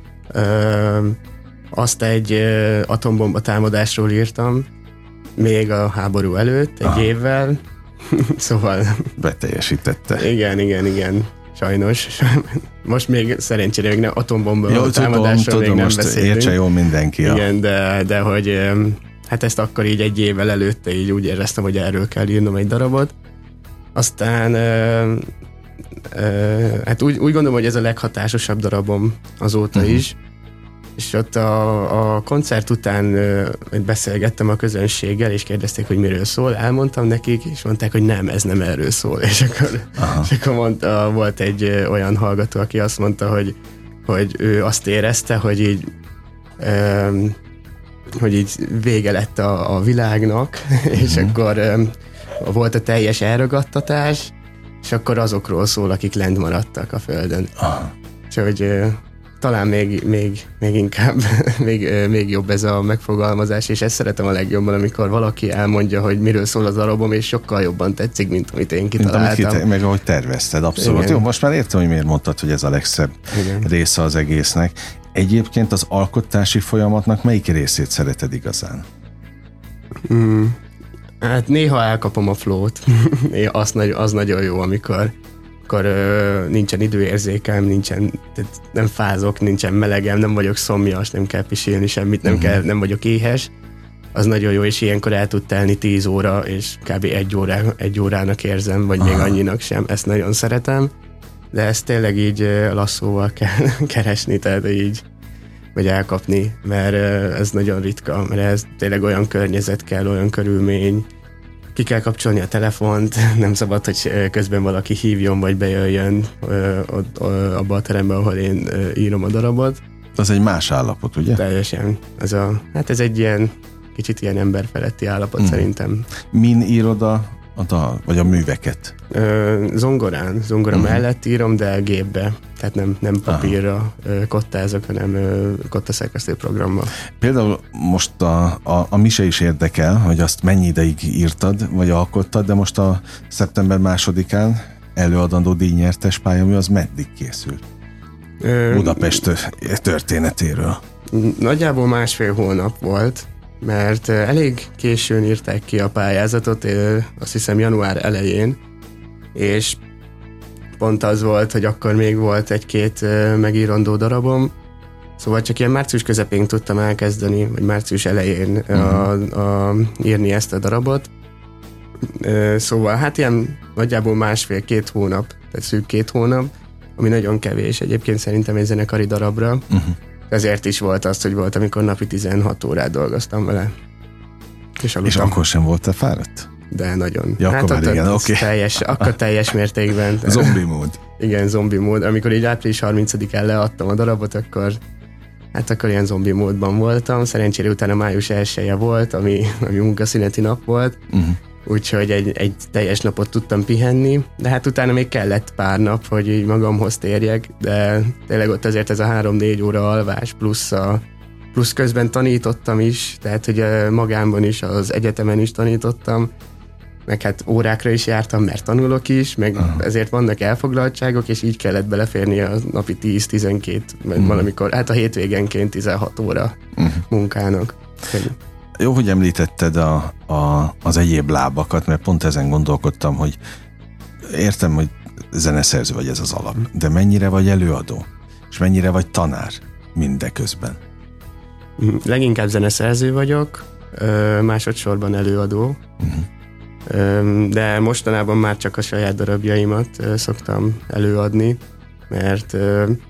Ö, azt egy ö, atombomba támadásról írtam, még a háború előtt, egy Aha. évvel, szóval... Beteljesítette. Igen, igen, igen, sajnos. Most még szerencsére még nem atombomba Jó, támadásról még nem most beszélünk. Értse jól mindenki. Igen, de, de hogy hát ezt akkor így egy évvel előtte így úgy éreztem, hogy erről kell írnom egy darabot. Aztán ö, ö, hát úgy, úgy gondolom, hogy ez a leghatásosabb darabom azóta uh-huh. is. És ott a, a koncert után ö, beszélgettem a közönséggel, és kérdezték, hogy miről szól. Elmondtam nekik, és mondták, hogy nem, ez nem erről szól. És akkor, és akkor mondta, volt egy ö, olyan hallgató, aki azt mondta, hogy, hogy ő azt érezte, hogy így, ö, hogy így vége lett a, a világnak, és mm. akkor ö, volt a teljes elragadtatás, és akkor azokról szól, akik lent maradtak a földön. Aha. És hogy... Ö, talán még, még, még inkább, még, még jobb ez a megfogalmazás, és ezt szeretem a legjobban, amikor valaki elmondja, hogy miről szól az darabom, és sokkal jobban tetszik, mint amit én kitaláltam. Mint amit meg ahogy tervezted, abszolút. Igen. Jó, most már értem, hogy miért mondtad, hogy ez a legszebb Igen. része az egésznek. Egyébként az alkotási folyamatnak melyik részét szereted igazán? Hmm. Hát néha elkapom a flót. az, az nagyon jó, amikor akkor ö, nincsen időérzékem, nincsen, nem fázok, nincsen melegem, nem vagyok szomjas, nem kell pisilni semmit, nem, uh-huh. kell, nem vagyok éhes. Az nagyon jó, és ilyenkor el tud telni tíz óra, és kb. egy, órá, egy órának érzem, vagy Aha. még annyinak sem. Ezt nagyon szeretem, de ezt tényleg így lasszóval kell keresni, tehát így, vagy elkapni, mert ez nagyon ritka, mert ez tényleg olyan környezet kell, olyan körülmény, ki kell kapcsolni a telefont, nem szabad, hogy közben valaki hívjon, vagy bejöjjön ö, ott, ö, abba a terembe, ahol én ö, írom a darabot. Az egy más állapot, ugye? Teljesen. Ez a, hát ez egy ilyen, kicsit ilyen emberfeletti állapot mm. szerintem. Min írod a, a dal, vagy a műveket? Ö, zongorán, zongora mm. mellett írom, de gépbe. Tehát nem, nem papírra ö, kottázok, hanem ö, kottaszerkesztő programmal. Például most a, a, a mise is érdekel, hogy azt mennyi ideig írtad, vagy alkottad, de most a szeptember másodikán előadandó díjnyertes pályamű az meddig készül? Ö, Budapest történetéről. Nagyjából másfél hónap volt, mert elég későn írták ki a pályázatot, azt hiszem január elején, és pont az volt, hogy akkor még volt egy-két megírandó darabom, szóval csak ilyen március közepén tudtam elkezdeni, vagy március elején uh-huh. a, a, írni ezt a darabot. Szóval hát ilyen nagyjából másfél-két hónap, tehát szűk két hónap, ami nagyon kevés egyébként szerintem egy zenekari darabra. Uh-huh. Ezért is volt az, hogy volt, amikor napi tizenhat órát dolgoztam vele. És, és akkor sem voltál fáradt? De nagyon. Ja, hát akkor igen, oké. Okay. Teljes, akkor teljes mértékben. Zombi mód. Igen, zombi mód. Amikor így április harmincadikán leadtam a darabot, akkor hát akkor ilyen zombi módban voltam. Szerencsére utána május elsője volt, ami, ami munkaszüneti nap volt. Uh-huh. Úgyhogy egy, egy teljes napot tudtam pihenni, de hát utána még kellett pár nap, hogy így magamhoz térjek, de tényleg ott azért ez a három-négy óra alvás, plusz, a, plusz közben tanítottam is, tehát hogy magámban is, az egyetemen is tanítottam, meg hát órákra is jártam, mert tanulok is, meg uh-huh. ezért vannak elfoglaltságok, és így kellett beleférni a napi tíz-tizenkét, meg uh-huh. valamikor, hát a hétvégenként tizenhat óra uh-huh. munkának. Jó, hogy említetted a, a, az egyéb lábakat, mert pont ezen gondolkodtam, hogy értem, hogy zeneszerző vagy, ez az alap, de mennyire vagy előadó, és mennyire vagy tanár mindeközben? Leginkább zeneszerző vagyok, másodszorban előadó, uh-huh. de mostanában már csak a saját darabjaimat szoktam előadni, mert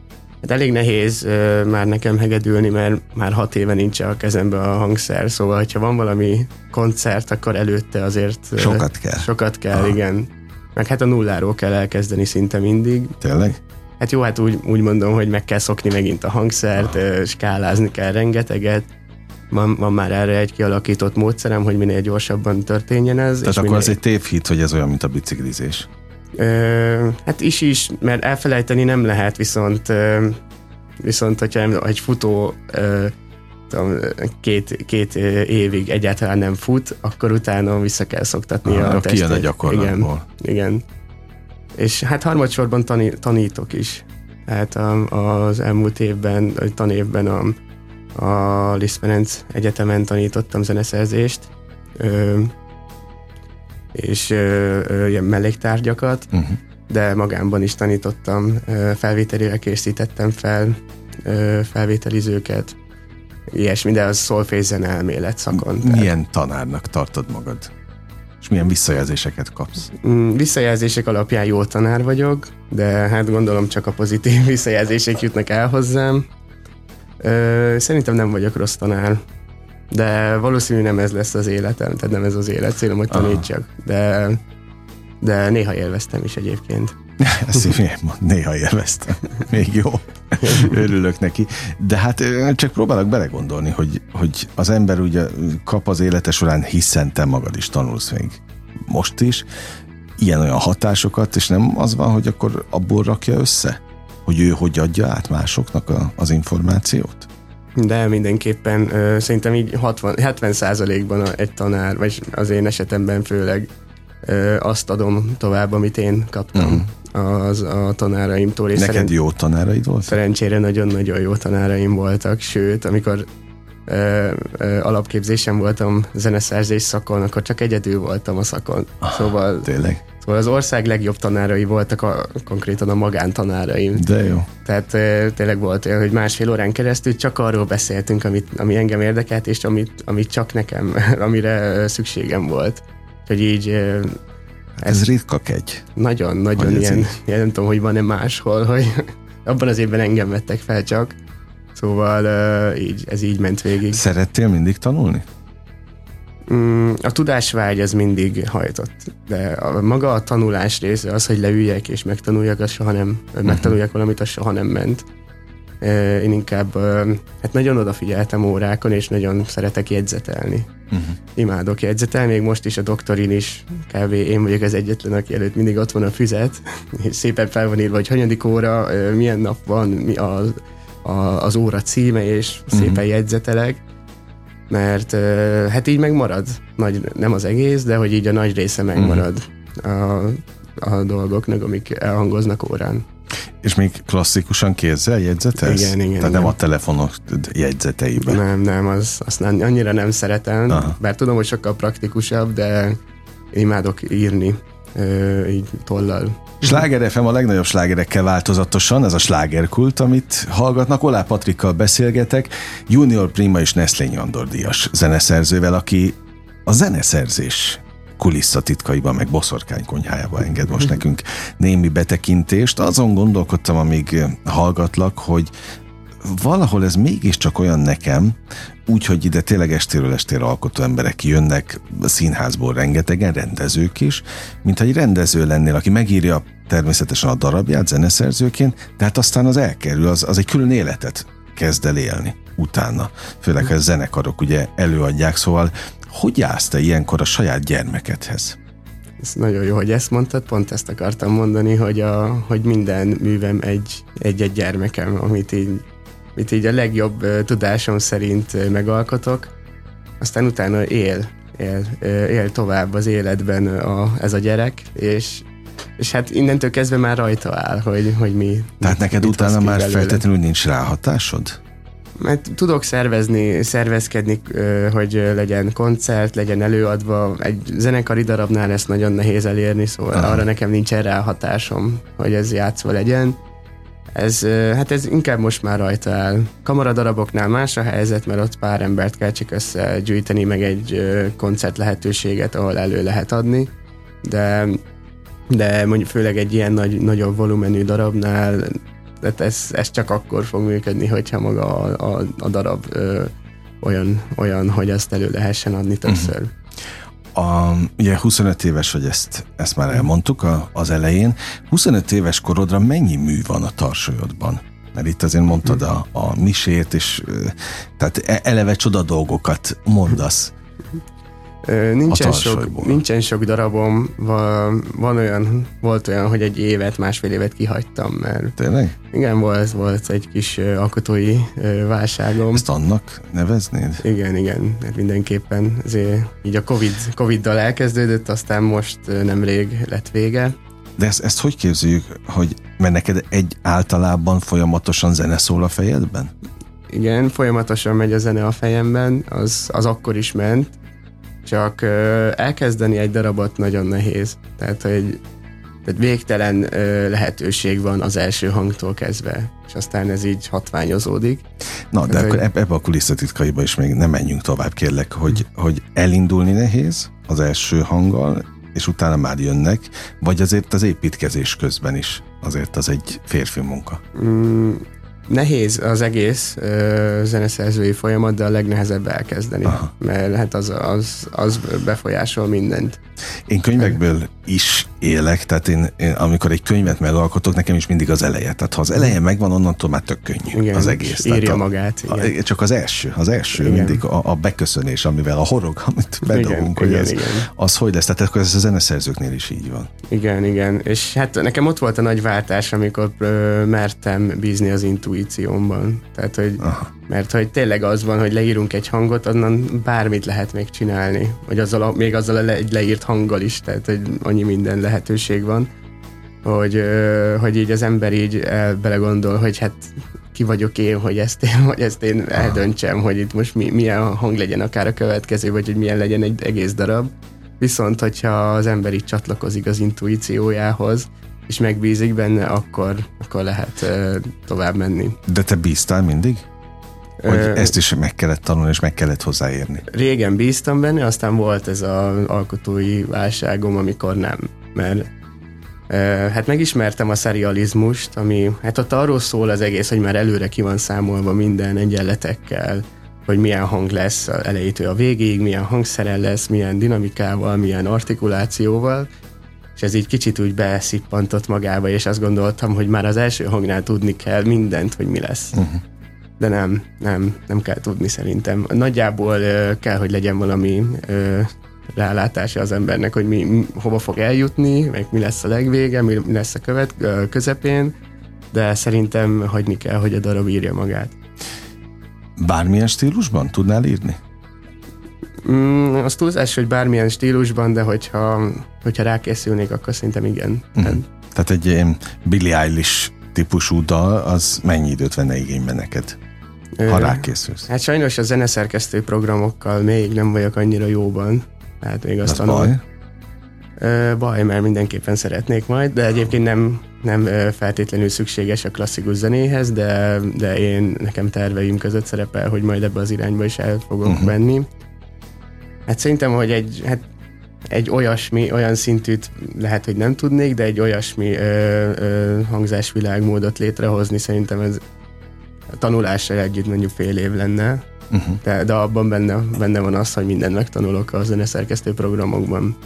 Hát elég nehéz uh, már nekem hegedülni, mert már hat éve nincs a kezembe a hangszer, szóval ha van valami koncert, akkor előtte azért uh, sokat kell. Sokat kell, Aha. igen. Meg hát a nulláról kell elkezdeni szinte mindig. Tényleg? Hát jó, hát úgy, úgy mondom, hogy meg kell szokni megint a hangszert, uh, skálázni kell rengeteget. Van, van már erre egy kialakított módszerem, hogy minél gyorsabban történjen ez. Tehát és akkor minél... az egy tévhit, hogy ez olyan, mint a biciklizés. Ö, hát is is, mert elfelejteni nem lehet, viszont ö, viszont, hogyha egy futó ö, tudom, két, két évig egyáltalán nem fut, akkor utána vissza kell szoktatni ah, a testet. Kijön a gyakorlatból. Igen, igen. És hát harmadsorban tani, tanítok is. Hát a, az elmúlt évben, a tanévben a, a Liszt Ferenc Egyetemen tanítottam zeneszerzést, ö, és ö, ö, ilyen melléktárgyakat, uh-huh. de magámban is tanítottam, ö, felvételére készítettem fel ö, felvételizőket, ilyesmi, de az szolfézzene elmélet szakon. Milyen tehát. tanárnak tartod magad? És milyen visszajelzéseket kapsz? Visszajelzések alapján jó tanár vagyok, de hát gondolom csak a pozitív visszajelzések jutnak el hozzám. Ö, szerintem nem vagyok rossz tanár, de valószínű nem ez lesz az életem, tehát nem ez az életcélom, hogy tanítsak, de, de néha élveztem is egyébként. Ezt én néha élveztem. Még jó. Örülök neki. De hát csak próbálok belegondolni, hogy, hogy az ember ugye kap az élete során, hiszen te magad is tanulsz még most is, ilyen-olyan hatásokat, és nem az van, hogy akkor abból rakja össze? Hogy ő hogy adja át másoknak a, az információt? De mindenképpen ö, szerintem így hatvan, hetven százalékban egy tanár, vagy az én esetemben főleg ö, azt adom tovább, amit én kaptam uh-huh. az, a tanáraimtól. És Neked szerint, jó tanáraid voltak? Szerencsére nagyon-nagyon jó tanáraim voltak, sőt, amikor ö, ö, alapképzésen voltam zeneszerzés szakon, akkor csak egyedül voltam a szakon. Ah, szóval, tényleg? szóval az ország legjobb tanárai voltak a, konkrétan a magántanáraim. De jó. Tehát ö, tényleg volt olyan, hogy másfél órán keresztül csak arról beszéltünk, amit, ami engem érdekelt, és amit, amit csak nekem, amire ö, szükségem volt. Hogy így... Ö, ez, ez ritka kegy. Nagyon, nagyon ilyen, ilyen, nem tudom, hogy van-e máshol, hogy abban az évben engem vettek fel csak. Szóval ö, így, ez így ment végig. Szerettél mindig tanulni? Mm, a tudásvágy az mindig hajtott, de a, maga a tanulás része, az, hogy leüljek és megtanuljak, az soha nem, uh-huh. megtanuljak valamit, az soha nem ment. Én inkább hát nagyon odafigyeltem órákon, és nagyon szeretek jegyzetelni. Uh-huh. Imádok jegyzetelni, még most is a doktorin is kb. Én vagyok az egyetlen, aki előtt mindig ott van a füzet, és szépen fel van írva, hogy hanyadik óra, milyen nap van, mi az, az óra címe, és szépen uh-huh. jegyzetelek, mert hát így megmarad. Nagy, nem az egész, de hogy így a nagy része megmarad uh-huh. a, a dolgoknak, amik elhangoznak órán. És még klasszikusan kézzel jegyzetelsz? Igen, igen. Tehát igen. nem a telefonok jegyzeteiben? Nem, nem, az, azt nem, annyira nem szeretem, Aha. bár tudom, hogy sokkal praktikusabb, de imádok írni ö, így tollal. Sláger ef em a legnagyobb slágerekkel változatosan, ez a slágerkult, amit hallgatnak. Olá Patrikkal beszélgetek, Junior Prima és Neszlény Andor díjas zeneszerzővel, aki a zeneszerzés kulisszatitkaiban, meg boszorkány konyhájába enged most nekünk némi betekintést. Azon gondolkodtam, amíg hallgatlak, hogy valahol ez mégiscsak olyan nekem, úgyhogy ide tényleg estéről estére alkotó emberek jönnek, a színházból rengetegen, rendezők is, mintha egy rendező lennél, aki megírja természetesen a darabját zeneszerzőként, de hát aztán az elkerül, az, az egy külön életet kezd el élni utána. Főleg, ha a zenekarok ugye előadják, szóval hogy állsz te ilyenkor a saját gyermekedhez? Ez nagyon jó, hogy ezt mondtad, pont ezt akartam mondani, hogy, a, hogy minden művem egy, egy-egy gyermekem, amit így, amit így a legjobb uh, tudásom szerint uh, megalkotok, aztán utána él, él, uh, él tovább az életben a, ez a gyerek, és, és hát innentől kezdve már rajta áll, hogy, hogy mi... Tehát neked utána már feltétlenül nincs ráhatásod? Mert tudok szervezni, szervezkedni, hogy legyen koncert, legyen előadva. Egy zenekari darabnál ezt nagyon nehéz elérni, szóval Aha. arra nekem nincsen rá hatásom, hogy ez játszva legyen. Ez, hát ez inkább most már rajta áll. Kamaradaraboknál más a helyzet, mert ott pár embert kell csak összegyűjteni, meg egy koncert lehetőséget, ahol elő lehet adni. De, de mondjuk főleg egy ilyen nagy, nagyobb volumenű darabnál tehát ez, ez csak akkor fog működni, hogyha maga a, a, a darab ö, olyan, olyan, hogy azt elő lehessen adni többször. Uh-huh. A, ugye huszonöt éves vagy, ezt, ezt már elmondtuk a, az elején. huszonöt éves korodra mennyi mű van a tarsolyodban? Mert itt azért mondtad a, a misét, és tehát eleve csoda dolgokat mondasz. Nincsen sok, nincsen sok darabom, van, van olyan, volt olyan, hogy egy évet, másfél évet kihagytam, mert... Tényleg? Igen, volt, volt egy kis uh, alkotói uh, válságom. Ezt annak neveznéd? Igen, igen, mindenképpen. Ezért így a Covid, Covid-dal elkezdődött, aztán most uh, nemrég lett vége. De ezt, ezt hogy képzeljük, hogy mert neked egy általában folyamatosan zene szól a fejedben? Igen, folyamatosan megy a zene a fejemben, az, az akkor is ment, csak uh, elkezdeni egy darabot nagyon nehéz. Tehát, hogy tehát végtelen uh, lehetőség van az első hangtól kezdve, és aztán ez így hatványozódik. Na, de tehát, akkor hogy... ebbe a kulisszatitkaiba is még nem menjünk tovább, kérlek, hogy, hogy elindulni nehéz az első hanggal, és utána már jönnek, vagy azért az építkezés közben is azért az egy férfi munka? Mm, nehéz az egész ö, zeneszerzői folyamat, de a legnehezebb elkezdeni, aha, mert hát az, az, az befolyásol mindent. Én könyvekből is élek, tehát én, én amikor egy könyvet megalkotok, nekem is mindig az eleje. Tehát ha az eleje megvan, onnantól már tök könnyű, igen, az egész. Írja a, magát. Igen. A, csak az első, az első igen, mindig a, a beköszönés, amivel a horog, amit bedobunk, hogy igen, az, igen. az hogy lesz. Tehát akkor ez a zeneszerzőknél is így van. Igen, igen. És hát nekem ott volt a nagy váltás, amikor ö, mertem bízni az intuíciómban. Tehát, hogy aha, mert hogy tényleg az van, hogy leírunk egy hangot, onnan bármit lehet még csinálni. Vagy azzal a, még azzal a egy leírt hanggal is, tehát hogy annyi minden lehetőség van, hogy, hogy így az ember így el belegondol, hogy hát ki vagyok én, hogy ezt én, hogy ezt én eldöntsem, hogy itt most mi, milyen hang legyen akár a következő, vagy hogy milyen legyen egy egész darab. Viszont, hogyha az ember így csatlakozik az intuíciójához, és megbízik benne, akkor, akkor lehet uh, tovább menni. De te bíztál mindig? Hogy uh, ezt is meg kellett tanulni, és meg kellett hozzáérni? Régen bíztam benne, aztán volt ez az alkotói válságom, amikor nem. Mert uh, hát megismertem a szerializmust, ami hát ott arról szól az egész, hogy már előre ki van számolva minden egyenletekkel, hogy milyen hang lesz elejétől a végéig, milyen hangszeren lesz, milyen dinamikával, milyen artikulációval, és ez így kicsit úgy beszippantott magába, és azt gondoltam, hogy már az első hangnál tudni kell mindent, hogy mi lesz. Uh-huh. De nem, nem, nem kell tudni szerintem. Nagyjából uh, kell, hogy legyen valami uh, rálátása az embernek, hogy mi, mi, hova fog eljutni, meg mi lesz a legvége, mi lesz a követ, uh, közepén, de szerintem hagyni kell, hogy a darab írja magát. Bármilyen stílusban tudnál írni? Mm, az túlzás, hogy bármilyen stílusban, de hogyha, hogyha rákészülnék, akkor szerintem igen. Uh-huh. Tehát egy ilyen Billie Eilish típusú dal, az mennyi időt venne igénybe neked, ha rákészülsz? Hát sajnos a zeneszerkesztő programokkal még nem vagyok annyira jóban. Hát még azt tanul... baj? Ö, baj, mert mindenképpen szeretnék majd, de egyébként nem, nem feltétlenül szükséges a klasszikus zenéhez, de, de én, nekem terveim között szerepel, hogy majd ebbe az irányba is el fogok uh-huh. menni. Hát szerintem, hogy egy, hát egy olyasmi, olyan szintűt lehet, hogy nem tudnék, de egy olyasmi ö, ö, hangzásvilágmódot létrehozni, szerintem ez a tanulással együtt mondjuk fél év lenne, uh-huh. de, de abban benne, benne van az, hogy mindent megtanulok a zeneszerkesztő programokban.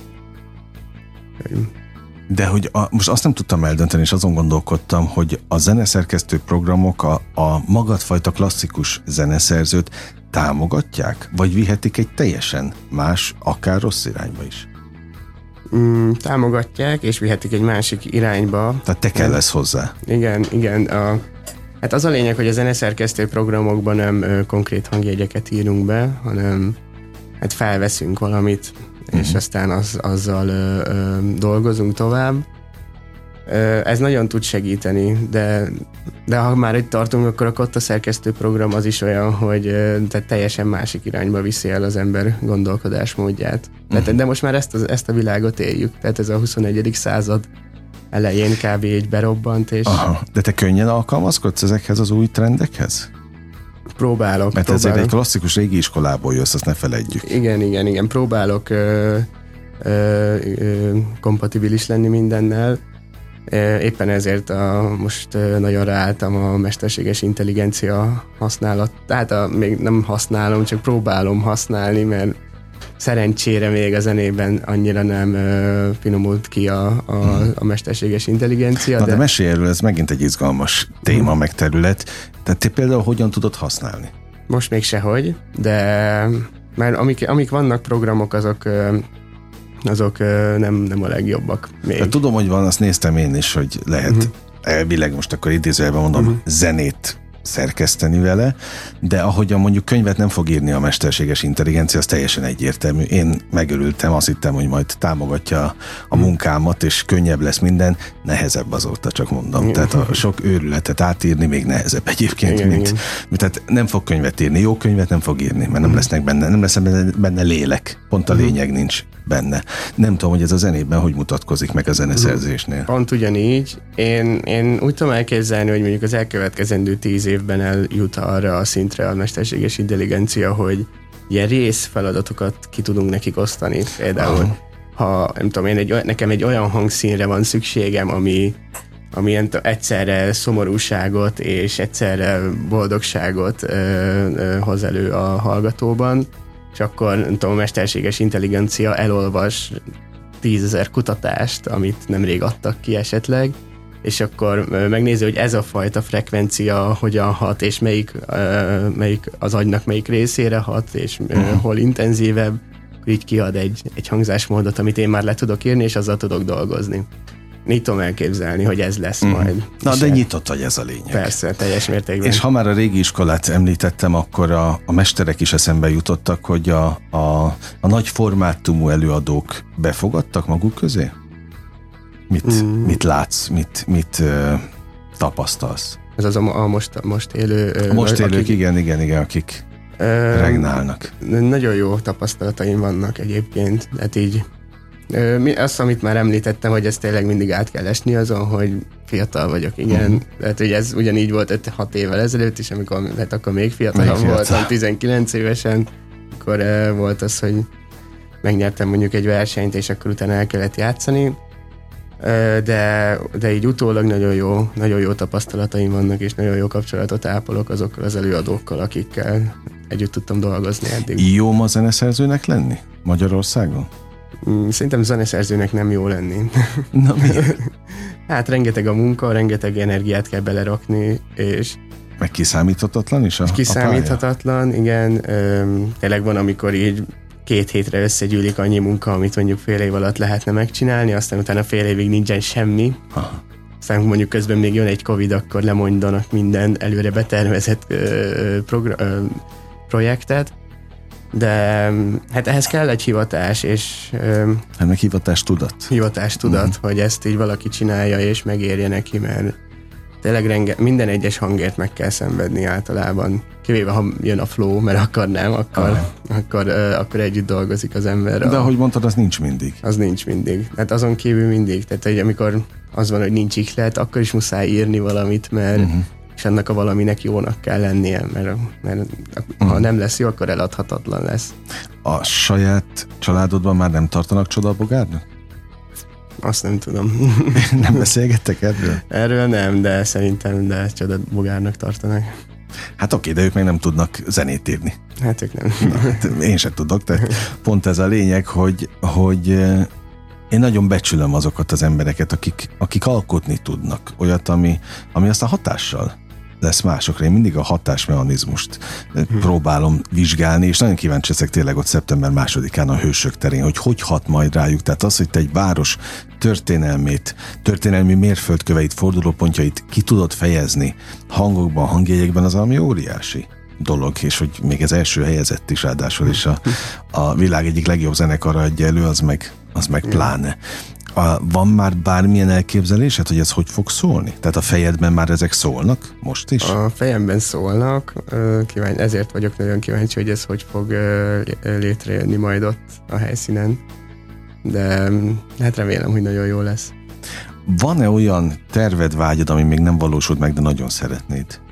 De hogy a, most azt nem tudtam eldönteni, és azon gondolkodtam, hogy a zeneszerkesztő programok a, a magadfajta klasszikus zeneszerzőt támogatják, vagy vihetik egy teljesen más, akár rossz irányba is? Mm, támogatják, és vihetik egy másik irányba. Tehát te kell lesz hozzá. Igen, igen. A, hát az a lényeg, hogy a zeneszerkesztő programokban nem ö, konkrét hangjegyeket írunk be, hanem hát felveszünk valamit, uh-huh. és aztán az, azzal ö, ö, dolgozunk tovább. Ö, ez nagyon tud segíteni, de, de ha már itt tartunk, akkor a Kotta szerkesztő program az is olyan, hogy ö, tehát teljesen másik irányba viszi el az ember gondolkodásmódját. Uh-huh. De, de most már ezt, az, ezt a világot éljük, tehát ez a huszonegyedik század elején kb. Így berobbant, és... Aha. De te könnyen alkalmazkodsz ezekhez az új trendekhez? Próbálok. Mert próbálok. ezért egy klasszikus régi iskolából jössz, azt ne feledjük. Igen, igen, igen. Próbálok ö, ö, ö, kompatibilis lenni mindennel. Éppen ezért a, most nagyon ráálltam a mesterséges intelligencia használat. Tehát a, még nem használom, csak próbálom használni, mert szerencsére még a zenében annyira nem ö, finomult ki a, a, a mesterséges intelligencia. Na de, de mesélj erről, ez megint egy izgalmas téma, meg terület. Tehát te például hogyan tudod használni? Most még sehogy, de már amik, amik vannak programok, azok azok nem, nem a legjobbak még. De tudom, hogy van, azt néztem én is, hogy lehet uh-huh. elvileg, most akkor idézőjelben mondom, uh-huh. zenét szerkeszteni vele, de ahogyan mondjuk könyvet nem fog írni a mesterséges intelligencia, az teljesen egyértelmű. Én megörültem, azt hittem, hogy majd támogatja a munkámat, és könnyebb lesz minden, nehezebb azóta, csak mondom. Igen. Tehát a sok őrületet átírni még nehezebb egyébként, igen, mint, igen. Tehát nem fog könyvet írni, jó könyvet nem fog írni, mert nem lesznek benne, nem lesz benne, benne lélek, pont a lényeg nincs benne. Nem tudom, hogy ez a zenében hogy mutatkozik meg a zeneszerzésnél. Pont ugyanígy. Én, én úgy tudom elképzelni, hogy mondjuk az elkövetkezendő tíz évben eljut arra a szintre a mesterséges intelligencia, hogy ilyen részfeladatokat ki tudunk nekik osztani. Például, Aha. ha nem tudom, én egy, nekem egy olyan hangszínre van szükségem, ami, ami egyszerre szomorúságot és egyszerre boldogságot ö, ö, hoz elő a hallgatóban, és akkor nem tudom, a mesterséges intelligencia elolvas tízezer kutatást, amit nemrég adtak ki esetleg, és akkor megnézi, hogy ez a fajta frekvencia hogyan hat, és melyik, melyik az agynak melyik részére hat, és uh-huh. hol intenzívebb, így kiad egy, egy hangzásmódot, amit én már le tudok írni, és azzal tudok dolgozni. Így tudom elképzelni, hogy ez lesz uh-huh. majd. Na, de nyitott vagy, ez a lényeg. Persze, teljes mértékben. És ha már a régi iskolát említettem, akkor a, a mesterek is eszembe jutottak, hogy a, a, a nagy formátumú előadók befogadtak maguk közé? Mit, mm. mit látsz, mit, mit uh, tapasztalsz? Ez az a, a most, most élő... A most élők, akik, igen, igen, igen, akik uh, regnálnak. Nagyon jó tapasztalataim vannak egyébként, hát így uh, azt, amit már említettem, hogy ezt tényleg mindig át kell esni azon, hogy fiatal vagyok, igen. Mm. Tehát, hogy ez ugyanígy volt öt-hat évvel ezelőtt is, amikor hát akkor még fiatalabb még voltam, fiatal. tizenkilenc évesen, akkor uh, volt az, hogy megnyertem mondjuk egy versenyt, és akkor utána el kellett játszani. De, de így utólag nagyon jó, nagyon jó tapasztalataim vannak, és nagyon jó kapcsolatot ápolok azokkal az előadókkal, akikkel együtt tudtam dolgozni eddig. Jó ma zeneszerzőnek lenni Magyarországon? Szerintem zeneszerzőnek nem jó lenni. Na miért? Hát rengeteg a munka, rengeteg energiát kell belerakni, és meg kiszámíthatatlan is a, kiszámíthatatlan, a igen. Tényleg van, amikor így két hétre összegyűlik annyi munka, amit mondjuk fél év alatt lehetne megcsinálni, aztán utána fél évig nincsen semmi. Aha. Aztán mondjuk közben még jön egy Covid, akkor lemondanak minden előre betervezett ö, progr- ö, projektet. De hát ehhez kell egy hivatás, és... Ö, hát meg hivatás tudat. Hivatás tudat, uh-huh. hogy ezt így valaki csinálja, és megérje neki, mert tényleg renge, minden egyes hangért meg kell szenvedni általában. Kivéve, ha jön a flow, mert akkor nem, akkor, ah. akkor, uh, akkor együtt dolgozik az ember. De ahogy mondtad, az nincs mindig. Az nincs mindig. Hát azon kívül mindig. Tehát, hogy amikor az van, hogy nincs ihlet, akkor is muszáj írni valamit, mert uh-huh. és annak a valaminek jónak kell lennie, mert, mert uh-huh. ha nem lesz jó, akkor eladhatatlan lesz. A saját családodban már nem tartanak csodabogárnak? Azt nem tudom. Nem beszélgettek erről? Erről nem, de szerintem de csodabogárnak tartanak. Hát oké, de ők meg nem tudnak zenét írni. Hát ők nem. Na, hát én sem tudok, de pont ez a lényeg, hogy, hogy én nagyon becsülöm azokat az embereket, akik, akik alkotni tudnak. Olyat, ami, ami aztán hatással lesz másokra. Én mindig a hatásmechanizmust hmm. próbálom vizsgálni, és nagyon kíváncsi leszek tényleg ott szeptember másodikán a Hősök terén, hogy hogy hat majd rájuk. Tehát az, hogy te egy város történelmét, történelmi mérföldköveit, fordulópontjait ki tudod fejezni hangokban, hangjegyekben, az valami óriási dolog, és hogy még ez első helyezett is ráadásul, és a, a világ egyik legjobb zenekara adja elő, az meg, az meg pláne. A, van már bármilyen elképzelésed, hogy ez hogy fog szólni? Tehát a fejedben már ezek szólnak most is? A fejemben szólnak, kíváncsi, ezért vagyok nagyon kíváncsi, hogy ez hogy fog létrejönni majd ott a helyszínen. De hát remélem, hogy nagyon jó lesz. Van-e olyan terved, vágyad, ami még nem valósult meg, de nagyon szeretnéd?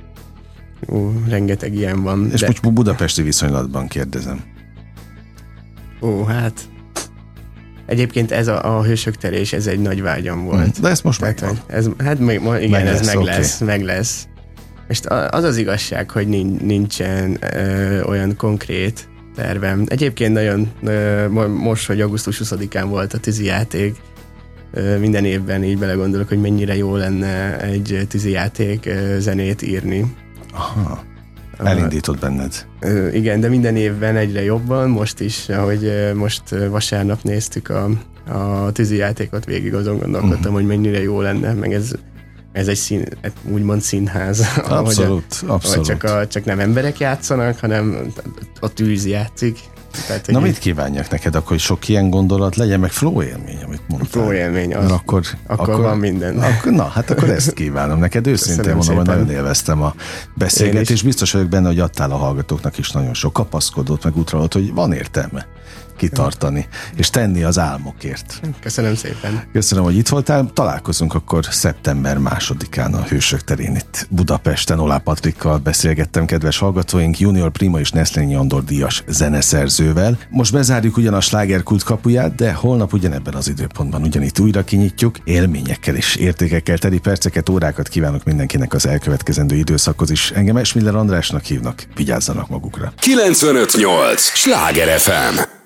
Ó, rengeteg ilyen van. És de... most budapesti viszonylatban kérdezem. Ó, hát Egyébként ez a, a Hősök tere és ez egy nagy vágyam volt. De ezt most Tehát, megvan. ez, hát meg, ma, igen, meg ez lesz, meg okay. lesz, meg lesz. És az az igazság, hogy nincsen ö, olyan konkrét tervem. Egyébként nagyon, ö, most, hogy augusztus huszadikán volt a tűzijáték, ö, minden évben így belegondolok, hogy mennyire jó lenne egy tűzijáték ö, zenét írni. Aha. Elindított benned. Ö, igen, de minden évben egyre jobban, most is, ahogy ö, most vasárnap néztük a, a tűzijátékot végig, azon gondolkodtam, uh-huh. hogy mennyire jó lenne, meg ez Ez egy szín, úgymond színház. Abszolút, a, abszolút. Csak, a, csak nem emberek játszanak, hanem a tűz játszik. Tehát, Na mit kívánjak neked akkor, hogy sok ilyen gondolat legyen, meg flow élmény, amit mondtál? Flow élmény, az, akkor, akkor, akkor van minden. Akkor, na, hát akkor ezt kívánom neked. Őszintén mondom, hogy nagyon élveztem a beszélgetést. Biztos vagyok benne, hogy adtál a hallgatóknak is nagyon sok kapaszkodót, meg útravalót, hogy van értelme kitartani, és tenni az álmokért. Köszönöm szépen. Köszönöm, hogy itt voltál. Találkozunk akkor szeptember másodikán a Hősök terén itt Budapesten. Olá Patrikkal beszélgettem, kedves hallgatóink, Junior Prima és Neslényi Andor díjas zeneszerzővel. Most bezárjuk ugyan a slágerkult kapuját, de holnap ugyanebben az időpontban ugyanitt újra kinyitjuk. Élményekkel és értékekkel teli perceket, órákat kívánok mindenkinek az elkövetkezendő időszakhoz is. Engem Esmiller Andrásnak hívnak. Vigyázzanak magukra. kilencvenöt nyolc Sláger ef em